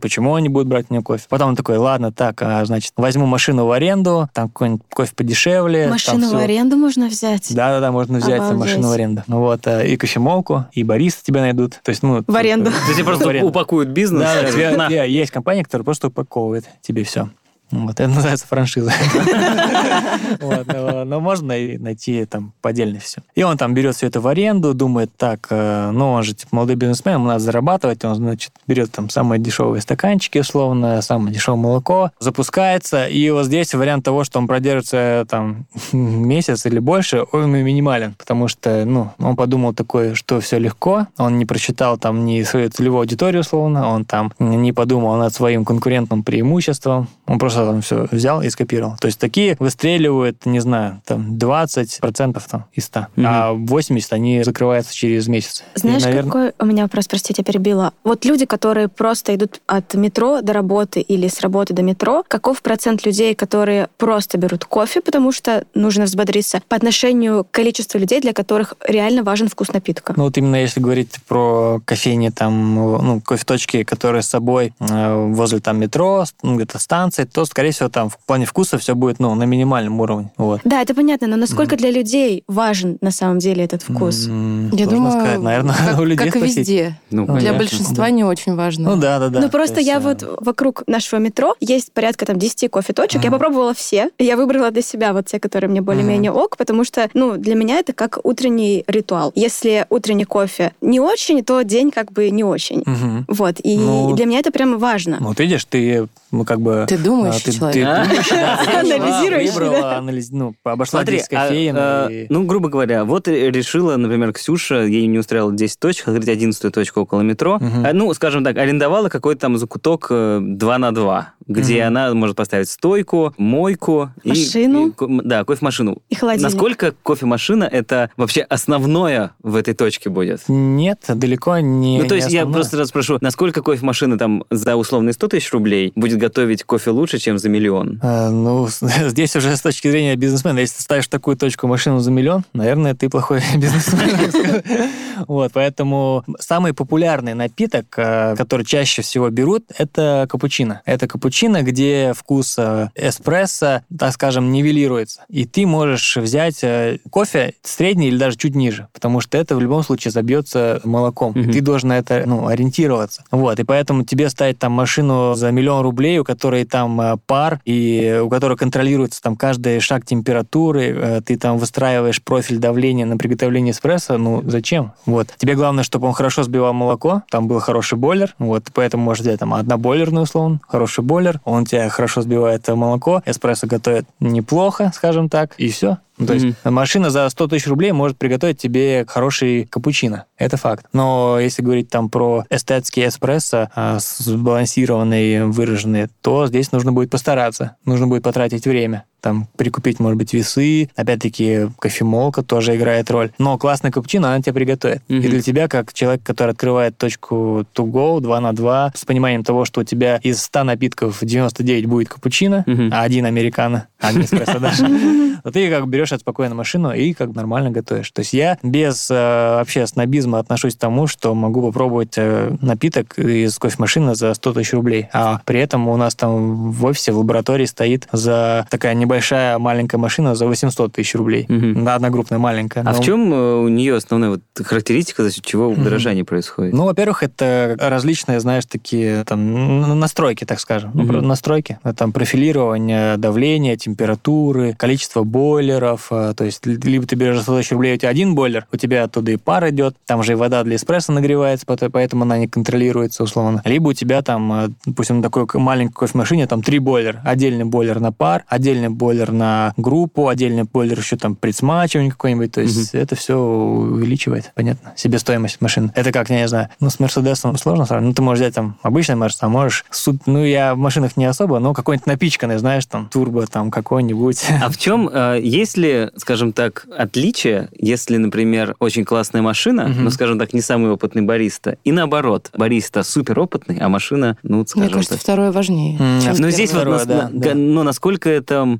почему они будут брать у меня кофе. Потом он такой, ладно, так, значит, возьму машину в аренду, там какой-нибудь кофе подешевле. Машину в аренду можно взять? Да, можно взять машину в аренду. Вот, и кофемолку, и бариста тебя найдут. То есть, в аренду. То есть просто упакуют бизнес? Да, есть компания, которая просто упаковывает тебе все. Вот, это называется франшиза. Но можно и найти там поддельно все. И он там берет все это в аренду, думает, так, он же типа молодой бизнесмен, ему надо зарабатывать, он, значит, берет там самые дешевые стаканчики, условно, самое дешевое молоко, запускается, и вот здесь вариант того, что он продержится там месяц или больше, он минимален, потому что, он подумал такое, что все легко, он не просчитал там ни свою целевую аудиторию, условно, он там не подумал над своим конкурентным преимуществом, он просто там все взял и скопировал. То есть такие выстреливают, не знаю, там 20% там, из 100, а 80% они закрываются через месяц. Знаешь, какой у меня вопрос, простите, я перебила. Вот люди, которые просто идут от метро до работы или с работы до метро, каков процент людей, которые просто берут кофе, потому что нужно взбодриться, по отношению к количеству людей, для которых реально важен вкус напитка? Вот именно если говорить про кофейни, там, кофе-точки, которые с собой возле там метро, где-то станции, то, скорее всего, там в плане вкуса все будет, на минимальном уровне. Вот. Да, это понятно, но насколько для людей важен на самом деле этот вкус? Я думаю, сказать, наверное, у людей как и везде. Для большинства не очень важно. Да. Просто я вот вокруг нашего метро есть порядка там 10 кофе-точек. Я попробовала все. Я выбрала для себя вот те, которые мне более-менее ок, потому что, для меня это как утренний ритуал. Если утренний кофе не очень, то день как бы не очень. Вот. И для меня это прямо важно. Вот видишь, ты как бы... Ты думаешь, человек. Анализируешь, обошла 10 кофеин. Грубо говоря, вот решила, например, Ксюша, ей не устраивало 10 точек, открыть 11-ю точку около метро. Скажем так, арендовала какой-то там закуток 2x2, где она может поставить стойку, мойку. Машину. Кофемашину. И холодильник. Насколько кофемашина это вообще основное в этой точке будет? Нет, далеко не то есть я просто раз спрошу, насколько кофемашина там за условные 100 тысяч рублей будет готовить кофе лучше, чем за 1 миллион? Здесь уже с точки зрения бизнесмена, если ты ставишь такую точку машину за 1 миллион, наверное, ты плохой бизнесмен. Вот, поэтому самый популярный напиток, который чаще всего берут, это капучино. Это капучино, где вкус эспрессо, так скажем, нивелируется. И ты можешь взять кофе средний или даже чуть ниже, потому что это в любом случае забьется молоком. Ты должен на это ориентироваться. Вот, и поэтому тебе ставить там машину за 1 миллион рублей, у которой там пар, и у которой контролируется там каждый шаг температуры, ты там выстраиваешь профиль давления на приготовление эспрессо, зачем? Вот. Тебе главное, чтобы он хорошо сбивал молоко, там был хороший бойлер, вот, поэтому можно взять там однобойлерную, условно, хороший бойлер, он тебя хорошо сбивает молоко, эспрессо готовит неплохо, скажем так, и все. То есть машина за 100 тысяч рублей может приготовить тебе хороший капучино. Это факт. Но если говорить там про эстетский эспрессо, сбалансированный, выраженный, то здесь нужно будет постараться. Нужно будет потратить время. Там прикупить, может быть, весы. Опять-таки, кофемолка тоже играет роль. Но классный капучино она тебе приготовит. И для тебя, как человек, который открывает точку to go, 2x2, с пониманием того, что у тебя из 100 напитков 99 будет капучино, а 1 американо, а не эспрессо даже, то ты как берешь эту спокойно машину и как нормально готовишь. То есть я без вообще снобизма отношусь к тому, что могу попробовать напиток из кофемашины за 100 тысяч рублей. А при этом у нас там в офисе, в лаборатории стоит за такая небольшая маленькая машина за 800 тысяч рублей. Одногруппная маленькая. А в чем у нее основная характеристика, за счет чего удорожание происходит? Во-первых, это различные, знаешь, такие там настройки, так скажем. Настройки. Там профилирование давления, температуры, количество бойлеров. То есть либо ты берешь за 100 тысяч рублей, у тебя 1 бойлер, у тебя оттуда и пар идет, там же и вода для эспрессо нагревается, поэтому она не контролируется условно. Либо у тебя там, допустим, на такой маленькой кофемашине там 3 бойлера. Отдельный бойлер на пар, отдельный бойлер на группу, отдельный бойлер еще там предсмачивание какое-нибудь. То есть это все увеличивает, понятно, себестоимость машины. Это как, я не знаю, с Мерседесом сложно сравнить. Ты можешь взять там обычный Мерс, а можешь... я в машинах не особо, но какой-нибудь напичканный, знаешь, там турбо там какой-нибудь. А в чем, есть ли, скажем так, отличие, если, например, очень классная машина, но, скажем так, не самый опытный бариста, и наоборот, бариста суперопытный, а машина, скажем так... Мне кажется, второе важнее. Но здесь второе, насколько это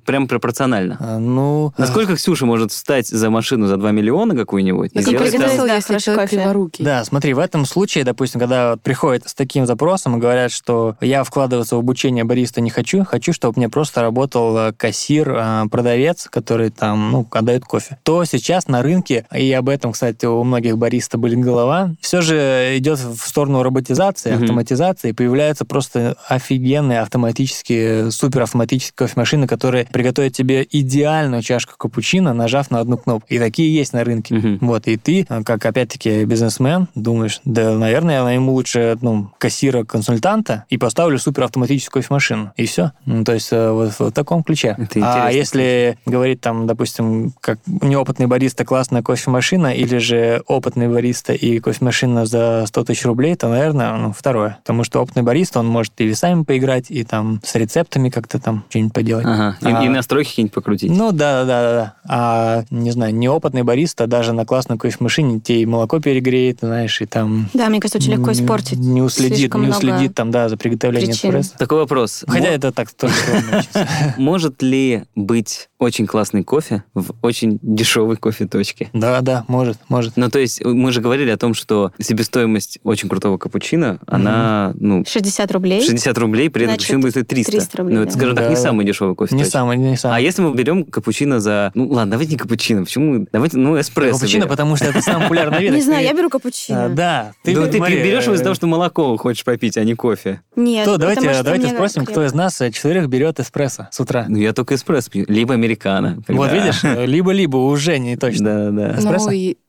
прям пропорционально? Насколько Ксюша может встать за машину за 2 миллиона какую-нибудь? и сделать там- смысл, если хороший человек кофе. криворукий. Да, смотри, в этом случае, допустим, когда вот приходят с таким запросом и говорят, что я вкладываться в обучение бариста не хочу, чтобы мне просто работал кассир, продавец, который там, отдает кофе, то сейчас на рынке, и об этом, кстати, у многих бариста болит голова, все же идет в сторону роботизации, автоматизации, и появляются просто офигенные автоматические, суперавтоматические кофемашины, которые приготовят тебе идеальную чашку капучино, нажав на одну кнопку. И такие есть на рынке. Вот, и ты, как, опять-таки, бизнесмен, думаешь, да, наверное, я найму лучше, кассира-консультанта и поставлю суперавтоматическую кофемашину. И все. То есть вот в таком ключе. А если говорить, там, допустим, как неопытный бариста классная кофемашина, или же опытный бариста и кофемашина за 100 тысяч рублей, то, наверное, второе. Потому что опытный бариста, он может и весами поиграть, и там с рецептами как-то там что-нибудь поделать. И настройки какие-нибудь покрутить. Да. А, не знаю, неопытный бариста даже на классной кофемашине тебе и молоко перегреет, знаешь, и там... Да, мне кажется, очень легко испортить. Не уследит много там, да, за приготовлением эспрессо. Такой вопрос. Хотя это так тоже сложно. Может ли быть очень классный кофе в очень дешевой кофе-точке? Да, может. Ну, то есть мы же говорили о том, что себестоимость очень крутого капучино, она, 60 рублей. 60 рублей, при этом Значит, капучино будет 300. 300 рублей, Это, скажем так, не самый дешевый кофе. Не самый. А если мы берем капучино за... ладно, давайте не капучино. Почему? Давайте, эспрессо Капучино, берем. потому что это самый популярный вид. Не знаю, я беру капучино. Да. Ты берешь его из-за того, что молоко хочешь попить, а не кофе. Нет, Давайте спросим, кто из нас 4 берет эспрессо с утра. Я только эспрессо пью. Либо американо. Вот видишь, либо уже не точно. Да. Эспрессо?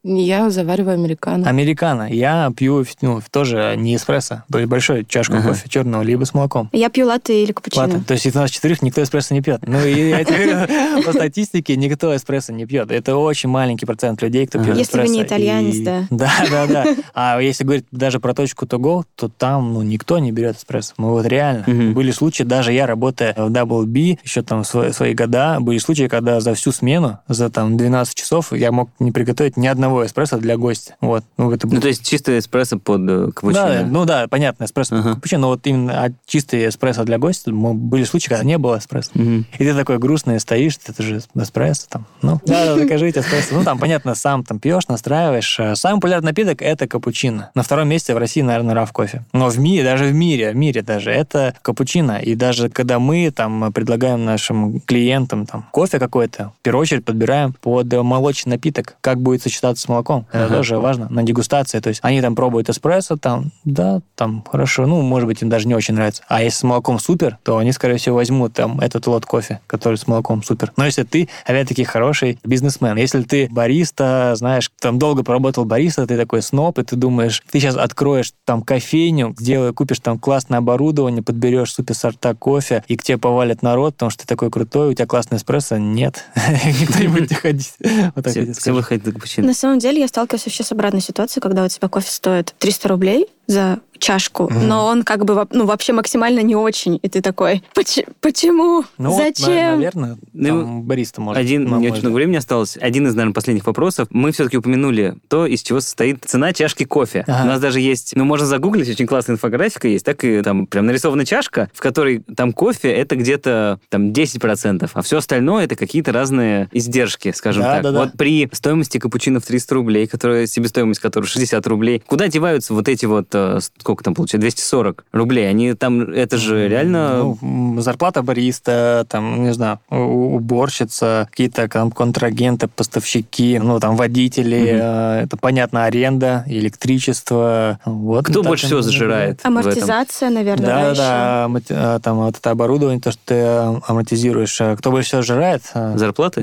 Я завариваю американо. Американо. Я пью тоже не эспрессо, то есть большую чашку кофе черного, либо с молоком. Я пью латте или капучино. Латте. То есть из нас 4 никто эспрессо не пьет. И я тебе говорю, по статистике никто эспрессо не пьет. Это очень маленький процент людей, кто пьет эспрессо. Если вы не итальянец, да. Да. А если говорить даже про точку to go, то там никто не берет эспрессо. Реально. Были случаи, даже я, работая в WB, еще там в свои года, были случаи, когда за всю смену, за там 12 часов я мог не приготовить ни одного эспрессо для гостя. Вот. То есть чисто эспрессо под капучино. Да, понятно, эспрессо под капучино, но вот именно чистый эспрессо для гостя, были случаи, когда не было эспрессо. И ты такой грустный стоишь, это же эспрессо там. Закажите эспрессо. Там, понятно, сам там пьешь, настраиваешь. Самый популярный напиток – это капучино. На втором месте в России, наверное, раф кофе. Но в мире даже, это капучино. И даже когда мы там предлагаем нашим клиентам там кофе какой-то, в первую очередь подбираем под молочный напиток, как будет сочетаться с молоком. Это тоже важно на дегустации. То есть они там пробуют эспрессо, там хорошо, может быть, им даже не очень нравится. А если с молоком супер, то они, скорее всего, возьмут там этот лот кофе, который с молоком супер. Но если ты, опять-таки, хороший бизнесмен, если ты бариста, знаешь, там долго поработал бариста, ты такой сноб, и ты думаешь, ты сейчас откроешь там кофейню, купишь там классное оборудование, подберешь суперсорта кофе, и к тебе повалит народ, потому что ты такой крутой, у тебя классный эспрессо. Нет. Никто не будет ходить. Вот так Все выходят на капучино. На самом деле я сталкиваюсь вообще с обратной ситуацией, когда у тебя кофе стоит 300 рублей за чашку, но он как бы вообще максимально не очень. И ты такой, почему? Зачем? Наверное, там бариста может. Не очень много времени осталось. Один из, наверное, последних вопросов. Мы все-таки упомянули то, из чего состоит цена чашки кофе. У нас даже есть, можно загуглить, очень классная инфографика есть, так и там прям нарисована чашка, в которой там кофе это где-то там 10%, а все остальное это какие-то разные издержки, скажем так. Вот при стоимости капучино в 300 рублей, себестоимость которой 60 рублей, куда деваются вот эти вот, сколько там получается, 240 рублей? Они там, это же реально... зарплата бариста, там, не знаю, уборщица, какие-то контрагенты, поставщики, водители, это, понятно, аренда, электричество. Кто больше всего зажирает? Амортизация, наверное, Да, там вот это оборудование, то, что ты амортизируешь. Кто больше всего сжирает? Зарплаты?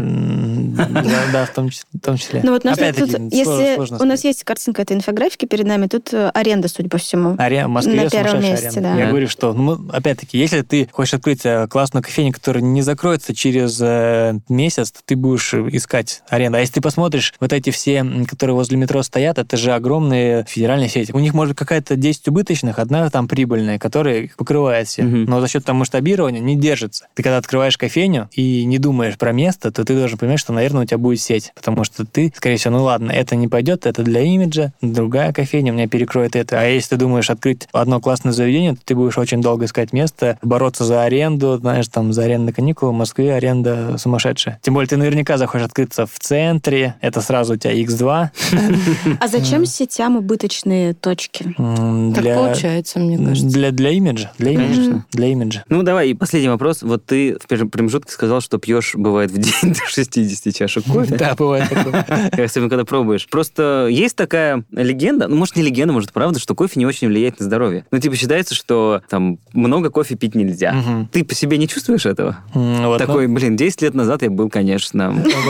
Да, в том числе. Ну вот если у нас есть картинка этой инфографики перед нами, тут аренда, судя по всему. В Москве на первом месте, аренда. да. Я говорю, что, опять-таки, если ты хочешь открыть классную кофейню, которая не закроется через месяц, то ты будешь искать аренду. А если ты посмотришь, вот эти все, которые возле метро стоят, это же огромные федеральные сети. У них может какая-то 10 убыточных, одна там прибыльная, которая покрывает все. Но за счет там масштабирования не держится. Ты когда открываешь кофейню и не думаешь про место, то ты должен понимать, что, наверное, у тебя будет сеть. Потому что ты, скорее всего, ладно, это не пойдет, это для имиджа, другая кофейня у меня перекроет это. А если ты думаешь, хочешь открыть одно классное заведение, то ты будешь очень долго искать место, бороться за аренду, знаешь, там за арендные каникулы в Москве аренда сумасшедшая. Тем более ты наверняка захочешь открыться в центре, это сразу у тебя X2. А зачем сетям убыточные точки? Так получается, мне кажется. Для имиджа. Для имиджа. Ну, давай, и последний вопрос. Вот ты в промежутке сказал, что пьешь, бывает, в день до 60 чашек кофе. Да, бывает такое. Особенно, когда пробуешь. Просто есть такая легенда, ну, может, не легенда, может, правда, что кофе не очень влияет на здоровье. Ну, типа, считается, что там много кофе пить нельзя. Ты по себе не чувствуешь этого? Такой, 10 лет назад я был, конечно...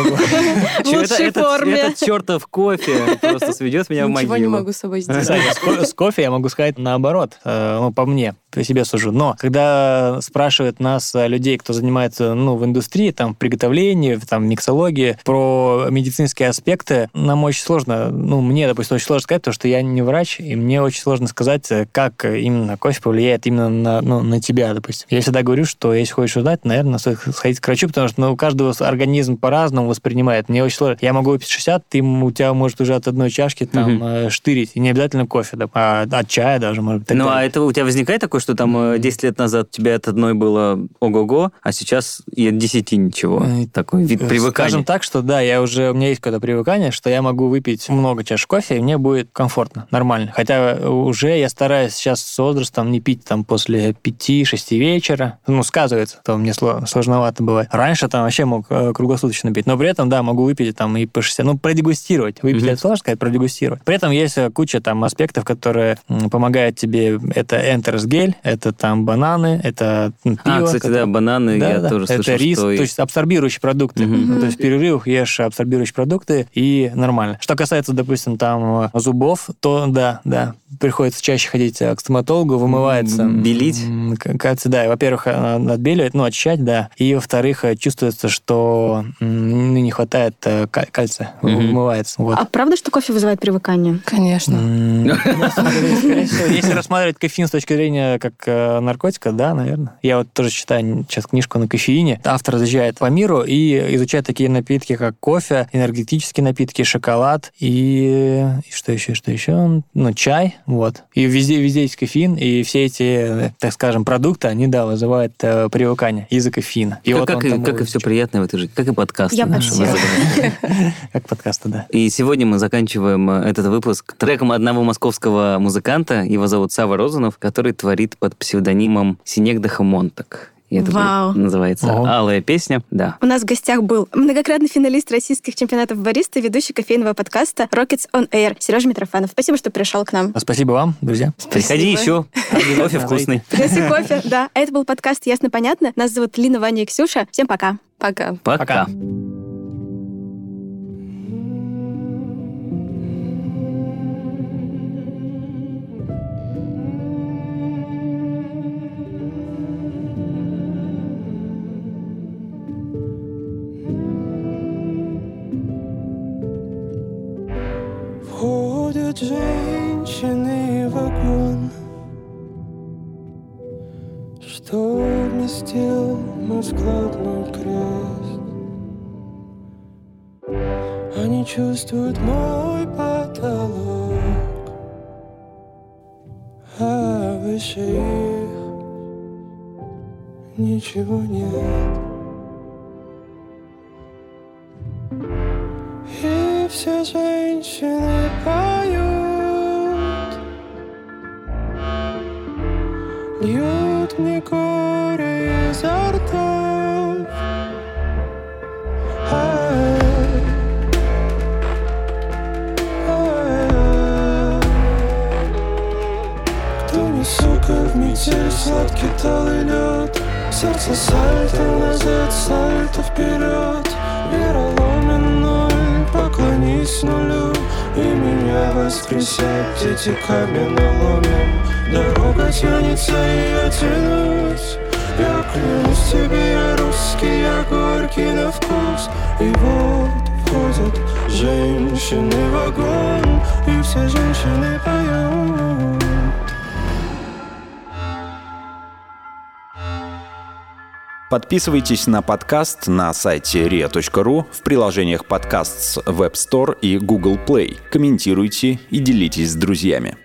В лучшей форме. Этот чертов кофе просто сведет меня в могилу. Ничего не могу с собой сделать. С кофе я могу сказать наоборот, по мне, по себе сужу. Но когда спрашивают нас, людей, кто занимается в индустрии, там, в приготовлении, там, в миксологии, про медицинские аспекты, нам очень сложно, мне, допустим, очень сложно сказать, потому что я не врач, и мне очень сложно сказать, как именно кофе повлияет именно на тебя, допустим. Я всегда говорю, что если хочешь узнать, наверное, стоит сходить к врачу, потому что у каждого организм по-разному воспринимает. Мне очень сложно. Я могу выпить 60, у тебя может уже от одной чашки там штырить. И не обязательно кофе, а от чая даже, может быть. А это у тебя возникает такое, что там 10 лет назад у тебя от одной было ого-го, а сейчас и от 10 ничего? Такой вид привыкания. Скажем так, что да, у меня есть какое-то привыкание, что я могу выпить много чаш кофе, и мне будет комфортно, нормально. Хотя уже я стараюсь сейчас с возрастом не пить там после 5-6 вечера. Сказывается, то мне сложновато бывает. Раньше там вообще мог круглосуточно пить, но при этом, да, могу выпить там и по 60, продегустировать. Выпить это сложно сказать, продегустировать. При этом есть куча там аспектов, которые помогают тебе. Это энтерс-гель, это там бананы, это пиво. Кстати, да, бананы, я тоже слышал, это рис, то есть абсорбирующие продукты. То есть в перерывах ешь абсорбирующие продукты, и нормально. Что касается, допустим, там зубов, то да, приходится чаще ходить к стоматологу, вымывается. Белить? Кажется, да. Во-первых, отбеливать, очищать, да. И, во-вторых, чувствуется, что не хватает кальция, вымывается. Вот. А правда, что кофе вызывает привыкание? Конечно. Скорее всего, если рассматривать кофеин с точки зрения как наркотика, да, наверное. Я вот тоже читаю сейчас книжку на кофеине. Автор разъезжает по миру и изучает такие напитки, как кофе, энергетические напитки, шоколад и что еще? Чай. Вот. И везде есть кофеин, и все эти, так скажем, продукты, они, да, вызывают привыкание из-за кофеина. И как и все приятное в этой жизни, как и подкасты. Я почти. Как подкасты, да. И сегодня мы заканчиваем этот выпуск треком одного московского музыканта, его зовут Сава Розанов, который творит под псевдонимом Синегдаха Монтак. И это называется «Алая песня». Да. У нас в гостях был многократный финалист российских чемпионатов бариста, ведущий кофейного подкаста Rockets on Air Сережа Митрофанов. Спасибо, что пришел к нам. Спасибо вам, друзья. Приходи еще. Кофе вкусный. Приноси кофе, да. А это был подкаст «Ясно-понятно». Нас зовут Лина, Ваня и Ксюша. Всем пока. Пока. Пока. Входят женщины в вагон, что вместил мой складной крест. Они чувствуют мой потолок, а выше их ничего нет. И все женщины поют, льют мне горе изо ртов. Кто не сука в метель, сладкий талый лед, сердце сальто назад, сальто вперед. Вероломен ноль, поклонись нулю, и меня воскресят дети каменоломен. Дорога тянется, и я тянусь. Я клянусь тебе, я русский, я горький на вкус. И вот входят женщины в вагон, и все женщины поют. Подписывайтесь на подкаст на сайте ria.ru, в приложениях подкаст с Web Store и Google Play. Комментируйте и делитесь с друзьями.